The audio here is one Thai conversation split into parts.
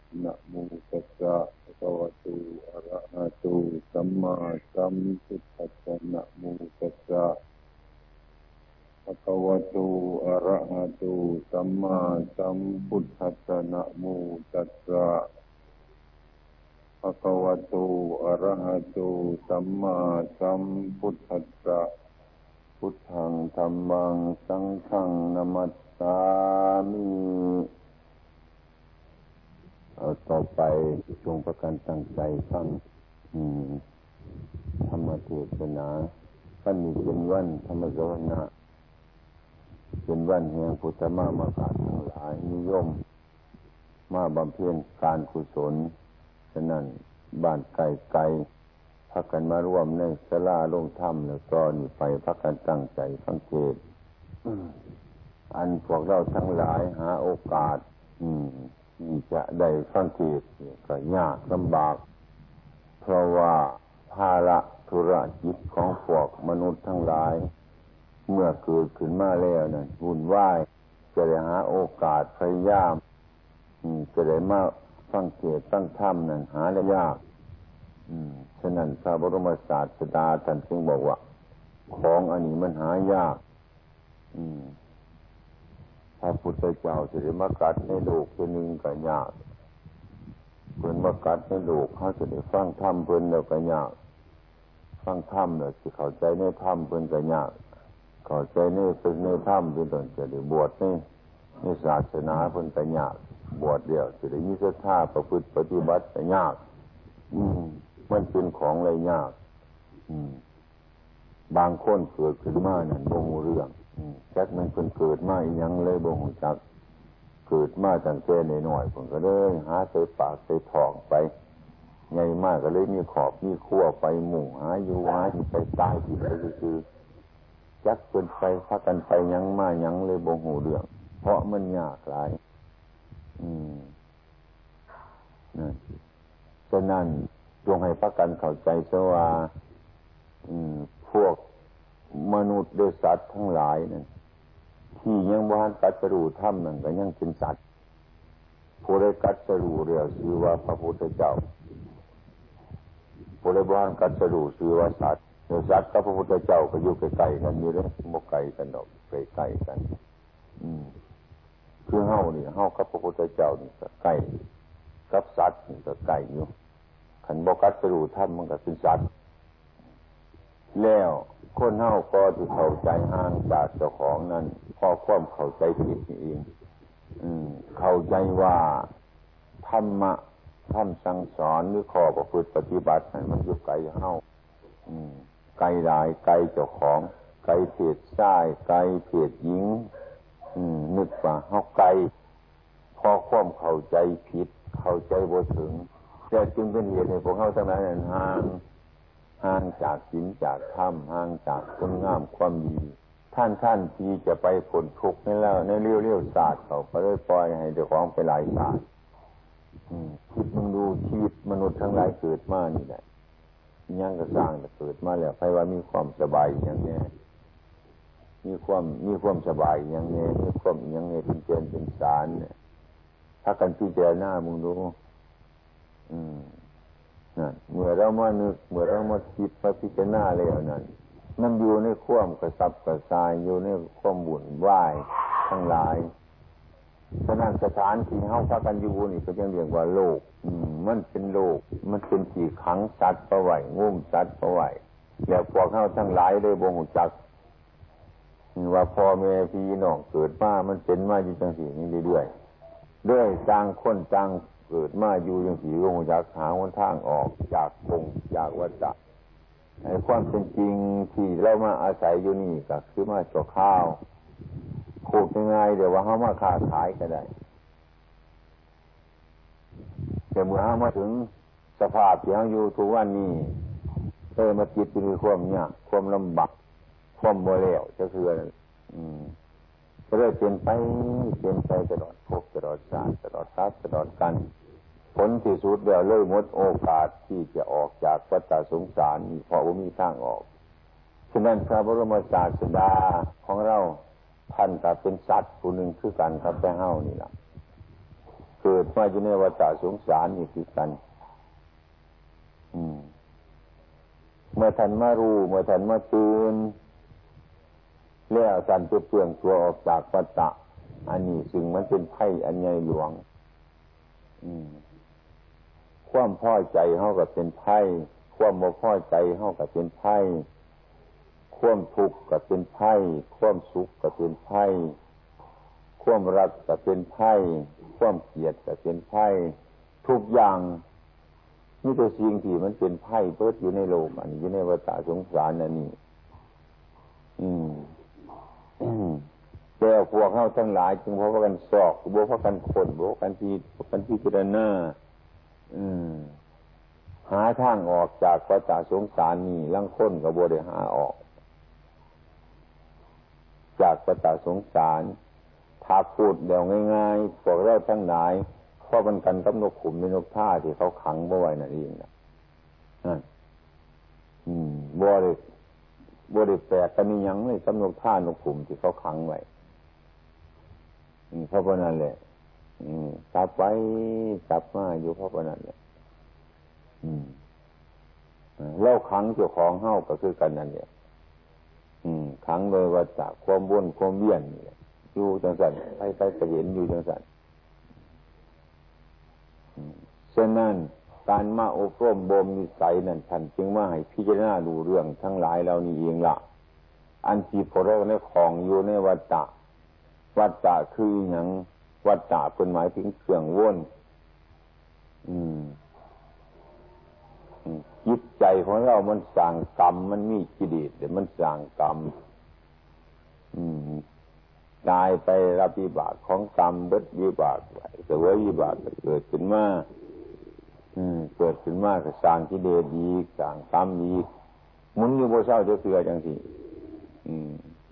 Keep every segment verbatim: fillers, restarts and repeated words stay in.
นะโมตัสสะภะคะวะโตอะระหะโตสัมมาสัมพุทธัสสะนะโมตัสสะภะคะวะโตอะระหะโตสัมมาสัมพุทธัสสะนะโมตัสสะภะคะวะโตอะระหะโตสัมมาสัมพุทธัสสะพุทธังธัมมังสังฆังนะมัสสามิเอาต่อไปจงประกันตั้งใจฟังธรรมเทศนาวันนี้เป็นวันธรรมสวนาเป็นวันแห่งพุทธมามกะทั้งหลายนิยมมาบำเพ็ญการกุศลฉะนั้นบ้านไกลไกลพักกันมาร่วมในศาลาโรงธรรมแล้วก็นี่ไปพักกันตั้งใจฟังเทศน์อันพวกเราทั้งหลายหาโอกาสอืมที่จะได้ฟังเทศน์ก็ยากลำบากเพราะว่าภาระธุรกิจของพวกมนุษย์ทั้งหลายเมื่อเกิดขึ้นมาแล้วนั่นวุ่นวายจะได้หาโอกาสพยายามจะได้มาฟังเทศน์ฟังธรรมนั่นหาได้ยากฉะนั้นพระบรมศาสดาท่านจึงบอกว่าของอันนี้มันหายากพระพุทธเจ้าจะได้มากัดในโลกตัวนึงก็ยากเพิ่นมากัดในโลกเขาจะได้ฟังธรรมเพิ่นแล้วก็ยากฟังธรรมแล้วสิเข้าใจในธรรมเพิ่นก็ยากเข้าใจในเป็นในธรรมเพิ่นต้องจะได้บวชในในศาสนาเพิ่นก็ยากบวชเดียวสิได้มีศรัทธาประพฤติปฏิบัติก็ยากอืมมันเป็นของอะไรยากอืมบางคนเกิดขึ้นมานั่นบ่รู้เรื่องจักมันเพิ่นเกิดมาอีหยังเลยบ่รู้จักเกิดมาตั้งแต่น้อยๆเพิ่นก็เลยหาใส่ปากใส่ท้องไปใหญ่มากก็เลยมีขอบมีขั้วไปหมู่หาอยู่หาที่ไปตายที่ไปซื่อๆจักเพิ่นไปพากันไปหยังมาหยังเลยบ่รู้เรื่องเพราะมันยากหลายอืมนั่นฉะนั้นจงให้พากันเข้าใจซะว่าอืมพวกมนุษย์และสัตว์ทั้งหลายนั่นที่ยังบ่ทันตัดสรู้ธรรมนั่นก็ยังเป็นสัตว์ผู้ใดตัดสรู้แล้วชื่อว่าพระพุทธเจ้าผู้ใดบ่ทันตัดสรู้ชื่อว่าสัตว์แล้วสัตว์กับพระพุทธเจ้าก็อยู่ใกล้ๆกันอยู่เด้อบ่ไกลกันดอกใกล้ๆกันอืมคือเฮานี่เฮากับพระพุทธเจ้านี่ก็ใกล้กับสัตว์นี่ก็ใกล้อยู่คันบ่ตัดสรู้ธรรมมันก็เป็นสัตว์แล้วคนเฮาก็ที่เข้าใจห่างจากเจ้าของนั้นพอความเข้าใจผิดนี่เองอืมเข้าใจว่าธรรมะคำสั่งสอนหรือข้อประพฤติปฏิบัตินั้นมันอยู่ไกลเฮาอืมไกลหลายไกลเจ้าของไกลเพศชายไกลเพศหญิงอืมนึกว่าเฮาไกลพอความเข้าใจผิดเข้าใจบ่ถึงแต่จึงเป็นเหตุให้พวกเฮาทั้งหลายนั้นห่างห่างจากศีลจากธรรมห่างจากคุณงามความดีท่านท่านที่จะไปพ้นทุกข์นี่แล้วในเลี้ยวเลี้ยวศาสตร์เขาก็เลยปล่อยให้เจ้าของไปหลายศาสตร์คิดมึงดูชีวิตมนุษย์ทั้งหลายเกิดมานี่แหละยังก็สร้างแต่เกิดมาแล้วใครว่ามีความสบายอย่างนี้มีความมีความสบายอย่างนี้มีความอย่างนี้เป็นเจริญเป็นสารเนี่ยถ้ากันพิจารณามึงดูอืมนั่นเมื่อเรามานึกเมื่อเรามาคิดมาพิจารณาแล้วนั่นมันอยู่ในความกระสับกระส่ายอยู่ในความวุ่นวายทั้งหลายฉะนั้นสถานที่เฮาพากันอยู่นี่ก็ยังเรียกว่าโลกอืมมันเป็นโลกมันเป็นที่ขังสัตว์เอาไว้งุ้มสัตว์เอาไว้แล้วพวกเฮาทั้งหลายได้บ่รู้จักว่าพ่อแม่พี่น้องเกิดมามันเป็นมาอยู่จังซี่นี่เรื่อยๆด้วยต่างคนต่างเกิดมาอยู่จังซี่บ่รู้จักหาหนทางออกจากภพจากวัฏฏะในความเป็นจริงที่เรามาอาศัยอยู่นี่ก็คือมาชั่วคราวพูดง่ายๆเดี๋ยวว่าเฮามาค้าขายก็ได้แต่เมื่อเฮามาถึงสภาพที่เฮาอยู่ทุกวันนี้เออมาจิตมีความยากความลำบากความบ่แล้วก็คืออืมก็เลยเปลี่ยนไปเปลี่ยนไปตลอดภพตลอดชาติตลอดกาลตลอดกาลผลที่สุดแล้วเลยหมดโอกาสที่จะออกจากวัฏสงสารนี่เพราะว่ามีทางออกฉะนั้นพระบรมศาสดาของเราท่านก็เป็นสัตว์ผู้หนึ่งคือกันครับแต่เฮานี่ล่ะเกิดมาอยู่ในวัฏสงสารนี่คือกันอืมเมื่อท่านมารู้เมื่อท่านมาตื่นแล้วท่านจะเปลี่ยนตัวออกจากวัฏอันนี้ซึ่งมันเป็นไพ่อันใหญ่หลวงอืมความพอใจเฮาก็เป็นไพ่ความบ่พอใจเฮาก็เป็นไพ่ความทุกข์ก็เป็นไพ่ความสุขก็เป็นไพ่ความรักก็เป็นไพ่ความเกลียดก็เป็นไพ่ทุกอย่างมีแต่สิ่งที่มันเป็นไพ่เปิดอยู่ในโลกอันนี้อยู่ในวัฏสงสารนั่นนี่อืมแต่พวกเฮาทั้งหลายจึงพากันสอกบ่พากันค้นบ่กันพิพากันพิจารณาอืมหาทางออกจากวัฏสงสารนี่ลางคนก็บ่ได้หาออกจากวัฏสงสารถ้าพูดเดี๋ยวง่ายๆพวกเราทั้งหลายเพราะมันกันกับนกขุมในนกท่าที่เขาขังบ่ไว้นั่นเองน่ะนั่นอืมบ่ได้บ่ได้แปลกกันนี่หยังเลยกับนกท่านกขุมที่เขาขังไว้อืมเพราะว่านั่นแหละอืมจับไว้จับมาอยู่เพราะว่านั่นแหละอืมเราขังเจ้าของเฮาก็คือกันนั่นแหละอืมขังโดยว่าจากความวนความเวียนนี่อยู่จังซั่นใครๆก็เห็นอยู่จังซั่นอืมฉะนั้นการมาอบรมบ่มนิสัยนั่นท่านจึงมาให้พิจารณาดูเรื่องทั้งหลายเหล่านี้เองล่ะอันที่พวกเราในของอยู่ในวัฏฏะวัฏฏะคือหยังวัฏฏะเป็นหมายถึงเครื่องวนอืมจิตใจของเรามันสร้างกรรมมันมีกิเลสเดี๋ยวมันสร้างกรรมอืมตายไปรับวิบากของกรรมเบิดวิบากไปแต่ว่าวิบากเกิดขึ้นมาอืมเกิดขึ้นมาก็สร้างกิเลสอีกสร้างกรรมอีกหมุนอยู่บ่เศร้าจะเสือจังซี่อืม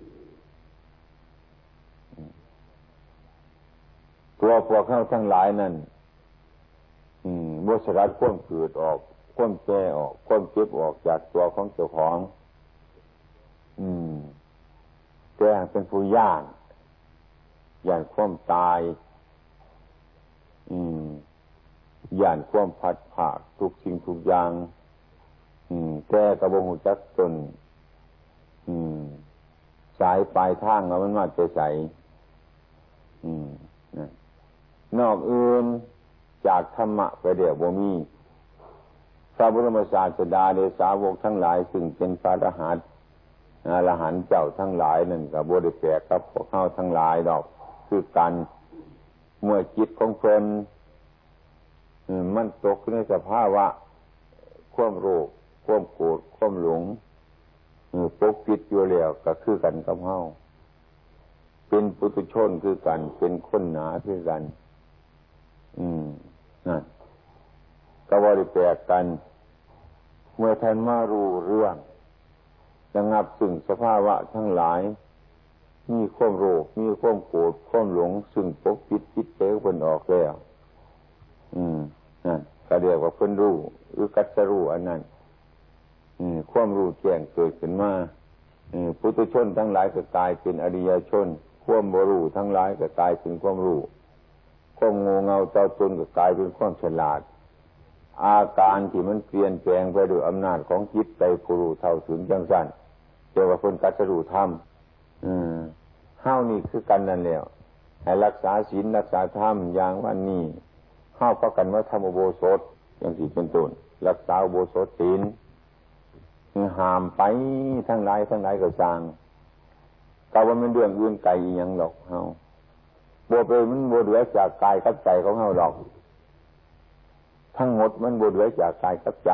ตัวพวกเขาทั้งหลายนั่นอืมบ่สลัดความเกิดออกความแก่ออกความเจ็บออกจากตัวของเจ้าของอืมแต่เป็นผู้ย่านย่านความตายอืมย่านความพัดผากทุกสิ่งทุกอย่างอืมแต่ก็บ่ฮู้จักต้นอืมสายปลายทางแล้วมันมาแต่ไสอืมนะนอกอื่นจากธรรมะไปเดี๋ยวบ่มีพระบรมศาสดาเดชสาวกทั้งหลายซึ่งเป็นพระอรหันต์อรหันต์เจ้าทั้งหลายนั่นก็บ่ได้แปลกกับพวกเฮาทั้งหลายดอกคือกันเมื่อจิตของเพิ่นมันตกในสภาวะความโลภความโกรธความหลงปกปิดอยู่แล้วก็คือกันกับเฮาเป็นปุถุชนคือกันเป็นคนหนาคือกันอืมนั่นก็บ่ได้แปลกกันเมื่อท่านมารู้เรื่องระงับซึ่งสภาวะทั้งหลายมีความโลภมีความโกรธความหลงซึ่งปกปิดจิตใจของเพิ่นออกแล้วอืมนั่นก็เรียกว่าเพิ่นรู้หรือกัจจรู้อันนั้นอืมความรู้แจ้งเกิดขึ้นมาอืมปุถุชนทั้งหลายก็กลายเป็นอริยชนความบ่รู้ทั้งหลายก็กลายเป็นความรู้ความโง่เง่าเจ้าตนก็กลายเป็นความฉลาดอาการที่มันเปลี่ยนแปลงไปด้วยอำนาจของจิตใจผู้รู้เท่าถึงจังซั่นเรียกว่าเพิ่นกัจจรู้ธรรมอืมเฮานี่คือกันนั่นแหละให้รักษาศีลรักษาธรรมอย่างวันนี้เฮาก็กันว่าทำอุโบสถอย่างที่เป็นต้นรักษาอุโบสถศีลห้ามไปทั้งหลายทั้งหลายก็สร้างก็ว่ามันเรื่องอื่นไกลอีหยังหรอกเฮาบ่ไปมันบ่เหลือจากกายกับใจของเฮาหรอกทั้งหมดมันบ่เหลือจากกายกับใจ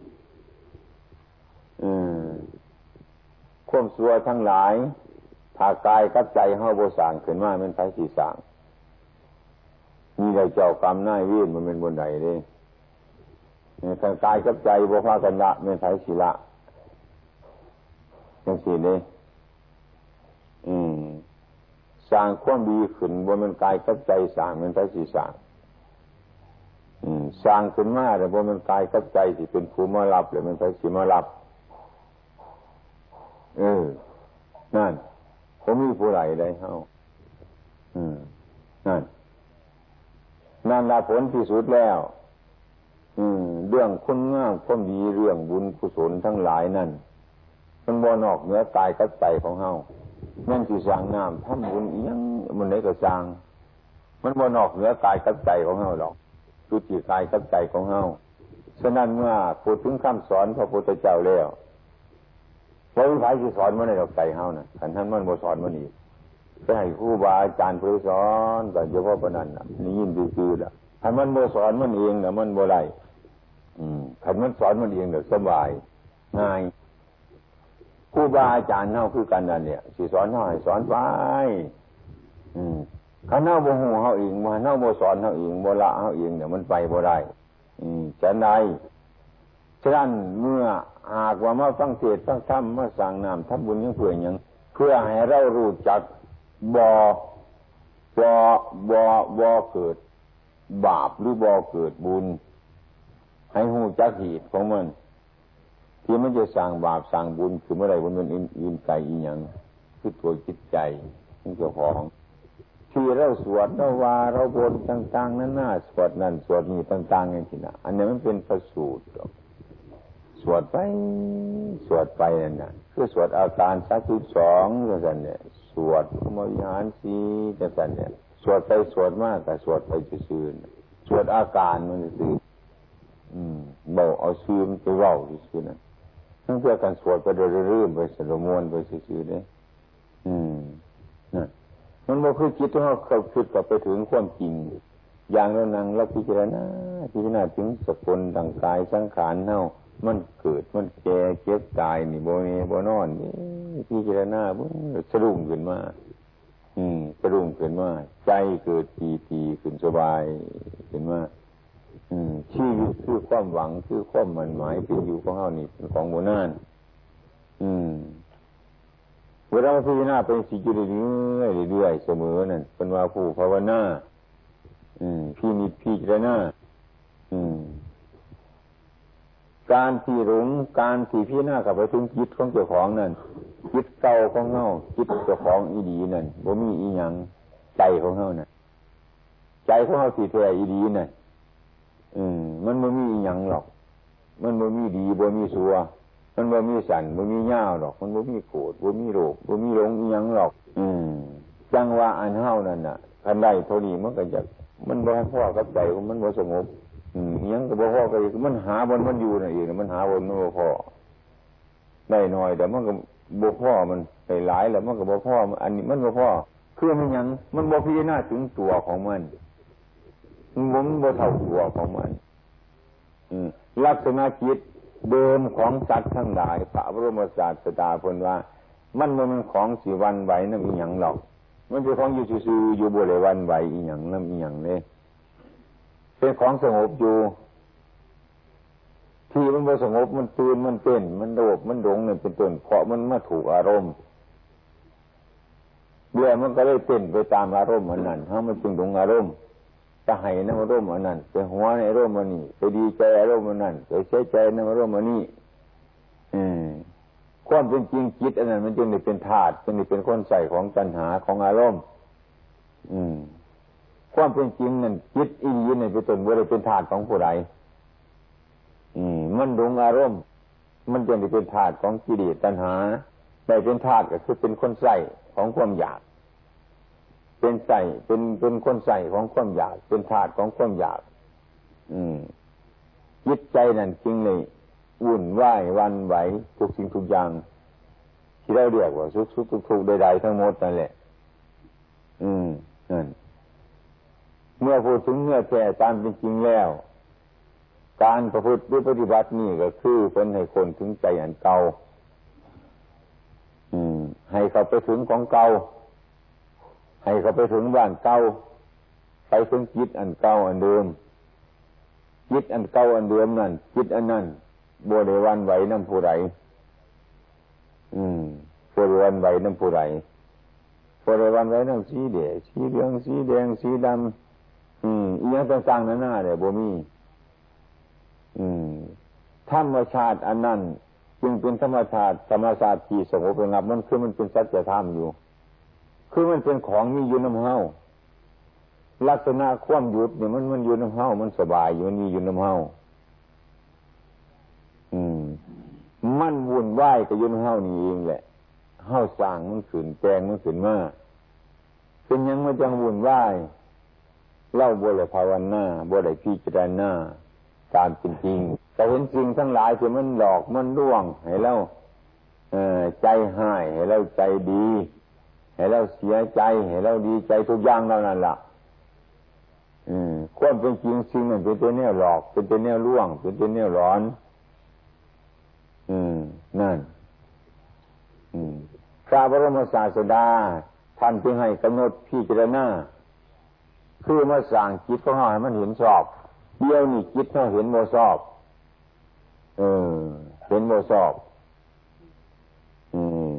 อืมความชั่วทั้งหลายถ้ากายกับใจเฮาบ่สร้างขึ้นมามันไผสิสร้างมีได้เจ้ากรรมนายเวรมันเป็นบนใดเด้ถ้ากายกับใจบ่พากันละมันไผสิละจังซี่เด้อืมสร้างความดีขึ้นบ่แม่นกายกับใจสร้างมันไผสิสร้างอืมสร้างขึ้นมาแต่บ่แม่นกายกับใจที่เป็นผู้มารับแล้วมันไผสิมารับเออนั่นบ่มีผู้ใดได้เฮาอืมนั่นนั่นละผลที่สุดแล้วอืมเรื่องคุณงามความดีเรื่องบุญกุศลทั้งหลายนั่นมันบ่นอกเหนือกายกับใจของเฮานั่นสิสร้างน้ำทำบุญอีหยังมันได้ก็สร้างมันบ่นอกเหนือกายกับใจของเฮาหรอกจุติกายกับใจของเฮาฉะนั้นเมื่อพูดถึงคำสอนพระพุทธเจ้าแล้วบ่มีใครสิสอนมันในดอกใจเฮาน่ะคันท่านมันบ่สอนมันอีกไปให้ครูบาอาจารย์ผู้สอนก็เฉพาะปานนั้นน่ะนี่ยินซื่อๆล่ะคันมันบ่สอนมันเองน่ะมันบ่ได้อืมคันมันสอนมันเองน่ะสบายง่ายครูบาอาจารย์เฮาคือกันนั่นเนี่ยสิสอนเฮาให้สอนไปอืมคันเฮาบ่ฮู้เฮาเองว่าเฮาบ่สอนเฮาเองบ่ละเฮาเองเนี่ยมันไปบ่ได้อืมฉะนั้นฉะนั้นเมื่อหากว่ามาฟังเทศน์ฟังธรรมมาสร้างน้ำทำบุญยังเพื่อหยังเพื่อให้เรารู้จักบ่บ่บ่บ่เกิดบาปหรือบ่เกิดบุญให้ฮู้จักเหตุของมันที่มันจะสร้างบาปสร้างบุญคือเมื่อไรบุญมันอื่นไกลอีหยังคือตัวจิตใจของเจ้าของที่เราสวดเราว่าเราบนต่างๆนั้นน่ะสวดนั่นสวดนี่ต่างๆอย่างที่น่ะอันนี้มันเป็นพระสูตรสวดไปสวดไปนั่นน่ะคือสวดอาการสามสิบสองจังซั่นเนี่ยสวดพรหมวิหารสี่จังซั่นเนี่ยสวดไปสวดมากก็สวดไปซื่อๆสวดอาการมันซื่ออืมเบาเอาซื่อมันไปเว้าซื่อๆน่ะทั้งเพื่อการสวดไปโดยเรื่อยๆไปสะมวนไปซื่อๆเด้อืมนั่นมันบ่คือจิตของเราเข้าคิดกับไปถึงความจริงอย่างเรานั่งแล้วพิจารณาพิจารณาถึงสกุลร่างกายสังขารเฮามันเกิดมันแก่เจ็บตายนี่บ่มีบ่นอนนี่พิจารณาบ่สะดุ้งขึ้นมาอืมสะดุ้งขึ้นมาใจเกิดปีติขึ้นสบายขึ้นมาอืมชีวิตคือความหวังคือความหมายหมายเป็นอยู่ของเฮานี่เป็นของโบราณอืมเวลาพิจารณาเป็นสิอยู่เรื่อยๆเรื่อยๆเสมอนั่นเป็นว่าผู้ภาวนาอืมพินิจพิจารณาอืมการที่หลงการที่พิจารณากับไปถึงจิตของเจ้าของนั่นจิตเก่าของเฮาจิตเจ้าของอีดีนั่นบ่มีอีหยังใจของเฮาน่ะใจของเฮาสิแท้อีดีนั่นอืมมันบ่มีอีหยังหรอกมันบ่มีดีบ่มีชั่วมันบ่มีสันบ่มีหญ้าหรอกมันบ่มีโกรธบ่มีโลภบ่มีหลงอีหยังหรอกอืมจังว่าอันเฮานั่นน่ะคันได้เท่านี้มันก็จะมันบ่พอกับใจของมันบ่สงบอืมอีหยังก็บ่พอก็มันหาบนมันอยู่น่ะอีกมันหาบนมันบ่พอได้น้อยแต่มันก็บ่พอมันได้หลายแล้วมันก็บ่พออันนี้มันบ่พอคือมันหยังมันบ่พิจารณาถึงตัวของมันมันบ่เท่าตัวของมันอืมลักษณะจิตเดิมของสัตว์ทั้งหลายพระบรมศาสดาเพิ่นว่ามันบ่แม่นของสิวันไหวนำอีหยังหรอกมันเป็นของอยู่ซื่อๆอยู่บ่ได้วันไหวอีหยังนำอีหยังเด้เป็นของสงบอยู่ที่มันบ่สงบมันตื่นมันเต้นมันโลภมันหลงนี่เป็นต้นเพราะมันมาถูกอารมณ์เดี๋ยวมันก็ได้เต้นไปตามอารมณ์อันนั้นเฮามันจึงหลงอารมณ์จะให้นำอารมณ์อันนั้นไปหัวในอารมณ์อันนี้ไปดีใจอารมณ์อันนั้นไปเสียใจในอารมณ์อันนี้อืมความเป็นจริงจิตอันนั้นมันจึงได้เป็นธาตุจึงได้เป็นคนใส่ของตัณหาของอารมณ์อืมความเป็นจริงนั่นจิตอีหลีนี่เป็นต้นบ่ได้เป็นธาตุของผู้ใดอืมมันหลงอารมณ์มันจึงได้เป็นธาตุของกิเลสตัณหาได้เป็นธาตุก็คือเป็นคนใส่ของความอยากเป็นใส่เป็นเป็นคนใส่ของความอยากเป็นธาตุของความอยากอืมจิตใจนั่นจริงเลยวุ่นวายวันไหวทุกสิ่งทุกอย่างที่เราเรียกว่าสุขสุขทุกทุกใดๆทั้งหมดนั่นแหละอืมนั่นเมื่อพูดถึงเมื่อแท้ตามเป็นจริงแล้วการประพฤติหรือปฏิบัตินี่ก็คือเป็นให้คนถึงใจอันเก่าอืมให้เขาไปถึงของเก่าให้เขาไปถึงบ้านเก่าไปถึงจิตอันเก่าอันเดิมจิตอันเก่าอันเดิมนั่นจิตอันนั้นบ่ได้วันไหวนำผู้ใดอืมบ่ได้วันไหวนำผู้ใดบ่ได้วันไหวนำสีแดงสีเหลืองสีแดงสีดำอืมอีหยังต่างๆนั่นน่ะเด้บ่มีอืมธรรมชาติอันนั้นจึงเป็นธรรมชาติธรรมชาติที่สงบระงับมันคือมันเป็นสัจธรรมอยู่คือมันเป็นของมีอยู่นำเฮาลักษณะความหยุดเนี่ยมันมันอยู่น้ำเฮามันสบายอยู่มันมีอยู่น้ำเฮาอืมมันวุ่นวายกับอยู่น้ำเฮานี่เองแหละเฮาสร้างมันขึ้นแปลงมันขึ้นมาเป็นยังมันจังวุ่นวายเล่าบ่ได้ภาวนาบ่ได้พิจารณาตามจริงๆแต่เห็นสิ่งทั้งหลายที่มันหลอกมันล่วงให้เราเอ่อใจหายให้เราใจดีให้เราเสียใจให้เราดีใจทุกอย่างเท่านั้นล่ะอืมความเป็นจริงสิ่งนั้นเป็นตัวแนวหลอกเป็นตัวแนวล่วงเป็นตัวแนวร้อนอืมนั่นอืมพระบรมศาสดาท่านจึงให้กำหนดพิจารณาคือมาสั่งจิตของเราให้มันเห็นชอบเดี๋ยวนี้จิตเราเห็นบ่ชอบเออเห็นบ่ชอบอืม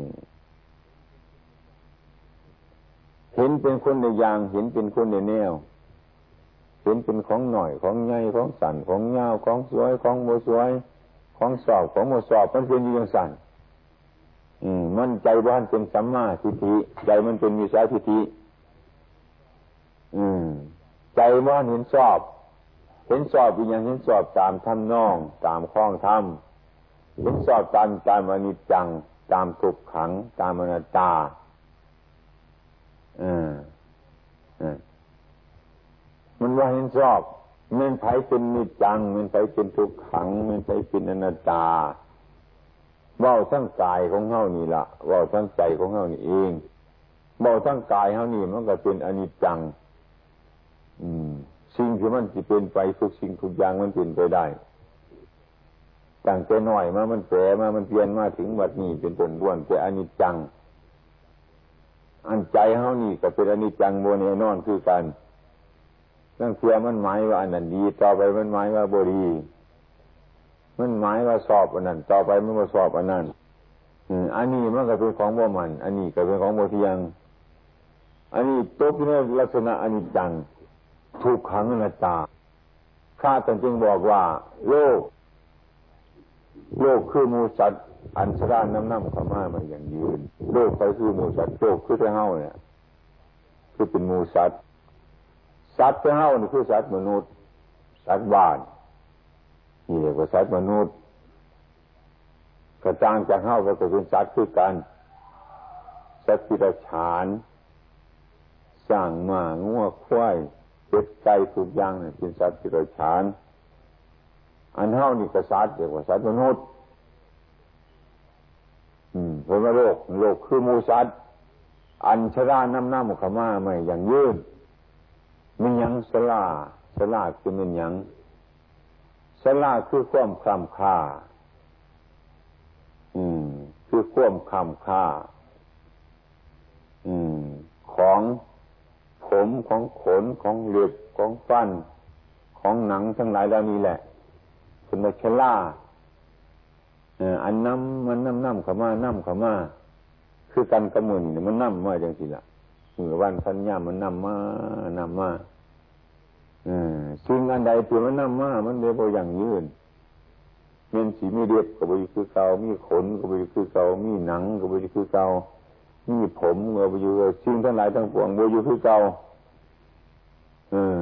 เห็นเป็นคนในอย่างเห็นเป็นคนในแนวเห็นเป็นของหน่อยของใหญ่ของสั่นของยาวของสวยของบ่สวยของสอบของบ่สอบมันเป็นอย่างสั่นอืมมันใจบ้านเป็นสัมมาทิฏฐิใจมันเป็นมิจฉาทิฏฐิอืมใจบ้านเห็นชอบเห็นชอบอีกอย่างเห็นชอบตามธรรมนองตามข้องธรรมเห็นชอบตามตามอนิจจังตามทุกขังตามอนัตตาอืมอืมมันว่าเห็นชอบมันไผเป็นนิจจังมันไผเป็นทุกขังมันไผเป็นอนัตตาเว้าทั้งกายของเฮานี่ล่ะเว้าทั้งใจของเฮานี่เองเว้าทั้งกายเฮานี่มันก็เป็นอนิจจังอืมสิ่งที่มันสิเป็นไปทุกสิ่งทุกอย่างมันเป็นไปได้ตั้งแต่น้อยมามันแปรมามันเปลี่ยนมาถึงบัดนี้เป็นต้นล้วนเป็นอนิจจังอันใจเฮานี่ก็เป็นอนิจจังบ่แน่นอนคือกันตั้งเทียมันหมายว่าอันนั้นดีต่อไปมันหมายว่าบ่ดีมันหมายว่าสอบอันนั้นต่อไปมันบ่สอบอันนั้นอืมอันนี้มันก็เป็นของบ่มันอันนี้ก็เป็นของบ่เที่ยงอันนี้ตกอยู่ในลักษณะอนิจจังทุกขังอนัตตาพระท่านจึงบอกว่าโลกโลกคือหมู่สัตว์อันสร้างน้ำน้ำเข้ามามันอย่างยืนโลกไปคือหมู่สัตว์โลกคือแต่เฮาเนี่ยคือเป็นหมู่สัตว์สัตว์แต่เฮานี่คือสัตว์มนุษย์สัตว์บ้านนี่เรียกว่าสัตว์มนุษย์กระจางจากเฮาก็เป็นสัตว์คือกันสัตว์ที่ฉานสร้างม้างัวควายเป็ดไก่ทุกอย่างเนี่ยเป็นสัตว์ที่ฉานอันเฮานี่ก็สัตว์เรียกว่าสัตว์มนุษย์อืมเพราะว่าโลกโลกคือหมู่สัตว์อันชราน้ำน้ำเข้ามาไม่อย่างยืนมันยังสลาสลาคือมันยังสลาคือความคำค่าอืมคือความคำค่าอืมของผมของขนของเล็บของฟันของหนังทั้งหลายเหล่านี้แหละเป็นชลาเอ่ออันน้ำมันน้ำน้ำเข้ามาน้ำเข้ามาคือกันกระมุนเนี่ยมันน้ำมาจังสิล่ะเมื่อวันพันยามันน้ำมานำมาอืมสิ่งอันใดที่มันน้ำมามันเรียกว่าอย่างยืนมีสีมีเด็บก็ไปคือเก่ามีขนก็ไปคือเก่ามีหนังก็ไปคือเก่ามีผมก็ไปอยู่สิ่งทั้งหลายทั้งปวงไปอยู่คือเก่าอืม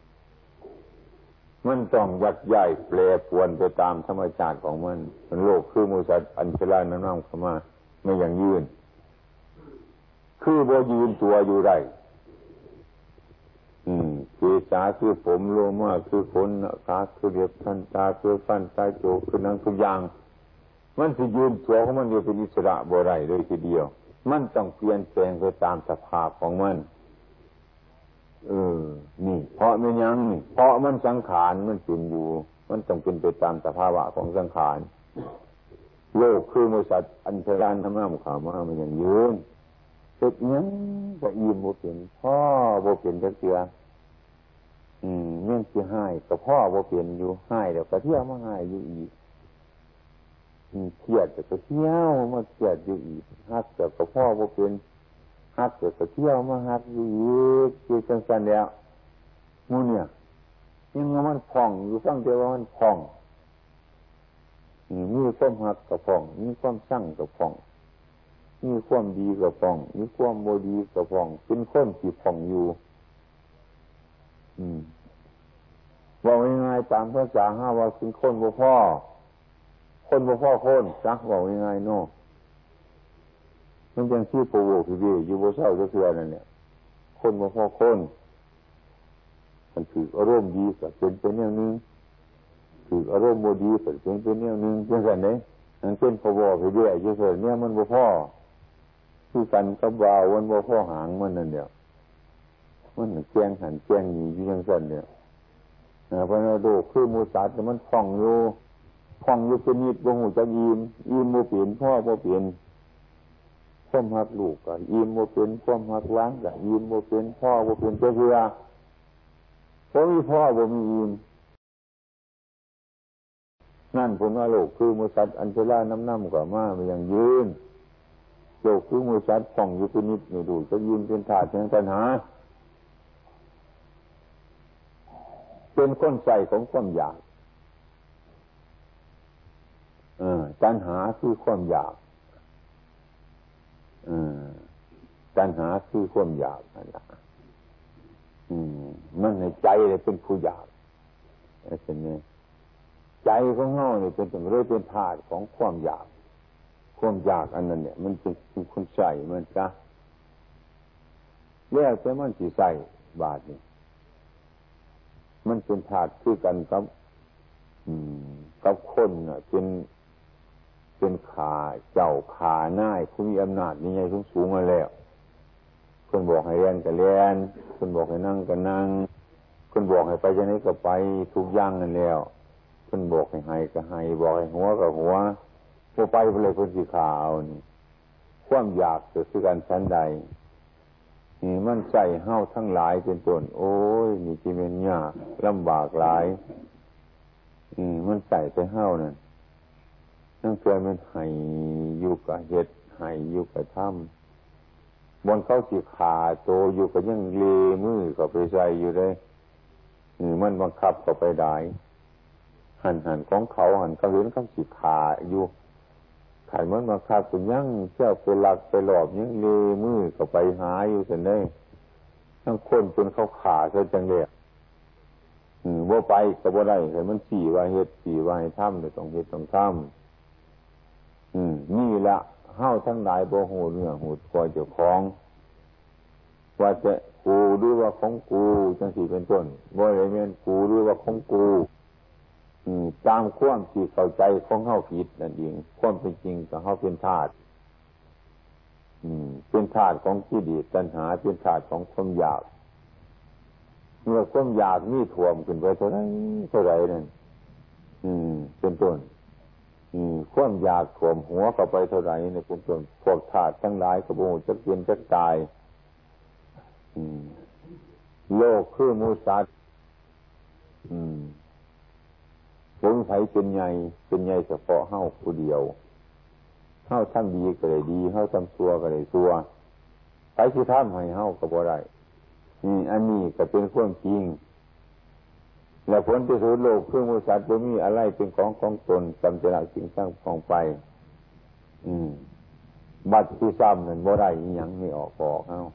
มันต้องยักย้ายแปรปรวนไปตามธรรมชาติของมันมันโลกคือหมู่สัตว์อันชราน้ำน้ำเข้ามาไม่อย่างยืนคือบ่ยืนตัวอยู่ได้อืมเกศาคือผมโลมาคือขนขาคือเล็บทันตาคือฟันตาโจกคือหนังทุกอย่างมันสิยืนตัวของมันอยู่เป็นอิสระบ่ได้เลยทีเดียวมันต้องเปลี่ยนแปลงไปตามสภาพของมันเออนี่เพราะมันยังนี่เพราะมันสังขารมันเป็นอยู่มันต้องเป็นไปตามสภาวะของสังขารโลกคือหมู่สัตว์อันชราน้ำน้ำเข้ามามันอย่างยืนเฮ็ดหยังก็อิ่มบ่เป็นพ่อบ่เป็นจักเทื่ออืมเรื่องสิให้ก็พ่อบ่เป็นอยู่ให้แล้วก็เที่ยวมาให้อยู่อีกอืมเครียดก็เที่ยวมาเครียดอยู่อีกฮักก็พ่อบ่เป็นฮักก็เที่ยวมาฮักอยู่อีกคือจังซั่นแล้วหมู่เนี่ยยังมันพองอยู่ฟังแต่ว่ามันพองมีความฮักก็พองมีความชังก็พองมีความดีกับฟองมีความโมดีกับฟองเป็นคนที่ฟองอยู่อืมว่าง่ายๆตามภาษาห้าว่าคือคนบ่พ่อคนบ่พ่อคนจักว่าง่ายๆโน่มันยังชื่อโปโวคือดีอยู่บ่เศร้าจะเสือนั่นเนี่ยคนบ่พ่อคนมันถืออารมณ์ดีก็เป็นเป็นแนวนึงถืออารมณ์บ่ดีก็เป็นเป็นแนวนึงจังซั่นเด้มันเป็นโปโวคือดีอยู่เสือเนี่ยมันบ่พ่อคือกันกับวาวมันบ่พ่อหางมันนั่นเดียวมันแจ้งหันแจ้งหนีอยู่จังซั่นเนี่ยเพราะนั้นโลกคือหมู่สัตว์มันคล่องอยู่คล่องอยู่เป็นนิดบ่ฮู้จักอิ่มอิ่มบ่เป็นพ่อบ่เป็นความรักลูกก็อิ่มบ่เป็นความรักหลานก็อิ่มบ่เป็นพ่อบ่เป็นจักเทื่อบ่มีพ่อบ่มีอิ่มนั่นผมว่าโลกคือหมู่สัตว์อันเวลาน้ำๆก็มามันยังยืนโลกคือหมู่สัตว์คล่องอยู่เป็นนิดนี่ดูจักอิ่มเป็นธาตุแห่งตัณหาเป็นคนใส่ของความอยากเออตัณหาคือความอยากเออตัณหาคือความอยากนั่นแหละอืมมันในใจเลยเป็นผู้อยากไอ้เช่นนี้ใจของเฮาเนี่ยเป็นถึงเลยเป็นธาตุของความอยากความอยากอันนั้นเนี่ยมันเป็นคนใส่มันจ้ะแล้วแต่มันสิใส่บาทนี่มันเป็นธาตุคือกันกับกับคนน่ะเป็นเป็นขาเจ้าขาหน้าผู้มีอำนาจนี่ไงสูงสูงมาแล้วคนบอกให้เรียนก็เรียนคนบอกให้นั่งก็นั่งคนบอกให้ไปจะไหนก็ไปทุกอย่างนั่นแล้วคนบอกให้ให้ก็ให้บอกให้หัวก็หัวพอไปเลยคนสีขาวนี่ความอยากเกิดขึ้นกันชั้นใดนี่มันใส่เฮ้าทั้งหลายเป็นต้นโอ้ยนี่จีเมนยากลำบากหลายอืมมันใส่ไปเฮ้านั่นนั่นเกิดมันให้อยู่กับเห็ดให้อยู่กับถ้ำบนเขาสีขาโตอยู่กับยังเลมือก็ไปใส่อยู่เลยนี่มันบังคับก็ไปได้หันหันของเขาหันเขาเห็นเขาสีขาอยู่ไข่มันบังคับเป็นยังเจ้าไปหลักไปหลอบยังเลมือก็ไปหาอยู่เสร็จเลยทั้งคนเป็นเขาขาซะจังเลยอืมว่าไปก็บ่ได้แต่มันสี่ว่าเฮ็ดสี่ว่าให้ทำเลยต้องเฮ็ดต้องทำอืมนี่ละเฮ้าทั้งหลายบ่หูเนื้อหูคอยเจ้าของว่าจะกูหรือว่าของกูจังสี่เป็นต้นบ่ได้แม่นกูหรือว่าของกูอืมตามความที่เข้าใจของเฮ้าผิดนั่นเองความเป็นจริงก็เฮ้าเป็นธาตุอืมเป็นธาตุของกิเลสตัณหาเป็นธาตุของความอยากเมื่อความอยากมีท่วมขึ้นไปเท่าไรเท่าไรนั่นอืมเป็นต้นอืมความอยากท่วมหัวเข้าไปเท่าไรเนี่ยเป็นต้นพวกธาตุทั้งหลายกระโบงจะเปลี่ยนจะตายอืมโลกคือหมู่สัตว์อืมสงสัยเป็นไงเป็นไงเฉพาะเฮ้าผู้เดียวเฮ้าทำดีก็ได้ดีเฮ้าทำชั่วก็ได้ชั่วใครที่ทำให้เฮ้าก็บ่ได้นี่อันนี้ก็เป็นความจริงและผลที่สุดโลกคือหมู่สัตว์บ่มีอะไรเป็นของของตนจำจะละสิ่งสร้างของไปอืมบัดที่ซ้ำนั่นบ่ได้อีหยังไม่ออกออกเฮ้า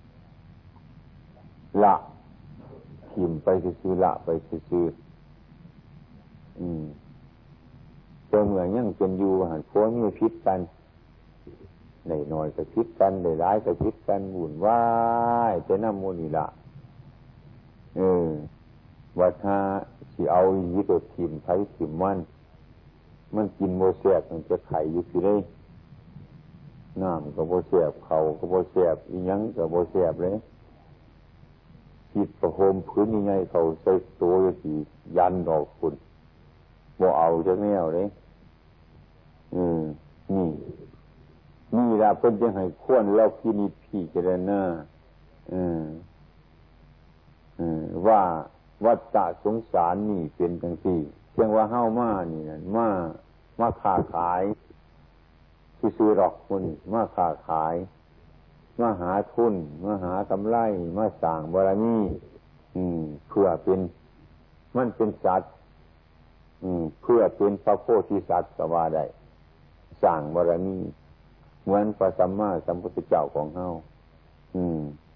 ละทิ่มไปซื่อๆละไปซื่ออืมแต่เมื่อยังเป็นอยู่หันโค้งมีพิษกันได้น้อยก็พิษกันได้ร้ายก็พิษกันวุ่นวายแต่น้ำมูนี่ละเออว่าถ้าสิเอาอีกตัวทิ่มไผทิ่มมันมันกินโมเสบมันจะไข่อยู่สิได้น้ำก็โมเสบเขาก็โมเสบอีหยังก็โมเสบเลยจิตประโคมพื้นยังไงเขาใส่ตัวอยู่ที่ยันดอกคุณบ่เอาจะแนวเลยอืมนี่นี่ล่ะเพิ่นจะให้ควรเราพินิจพิจารณาอืมอืมว่าวัฏฏะสงสารนี่เป็นจังซี่เพียงว่าเฮามานี่นั่นมามาค้าขายซื่อๆหรอกคนมาค้าขายมาหาทุนมาหากำไรมาสร้างบารมีอืมเพื่อเป็นมันเป็นสัตว์อืมเพื่อเป็นพระโพธิสัตว์ก็ว่าได้สร้างบารมีเหมือนพระสัมมาสัมพุทธเจ้าของเฮาอืม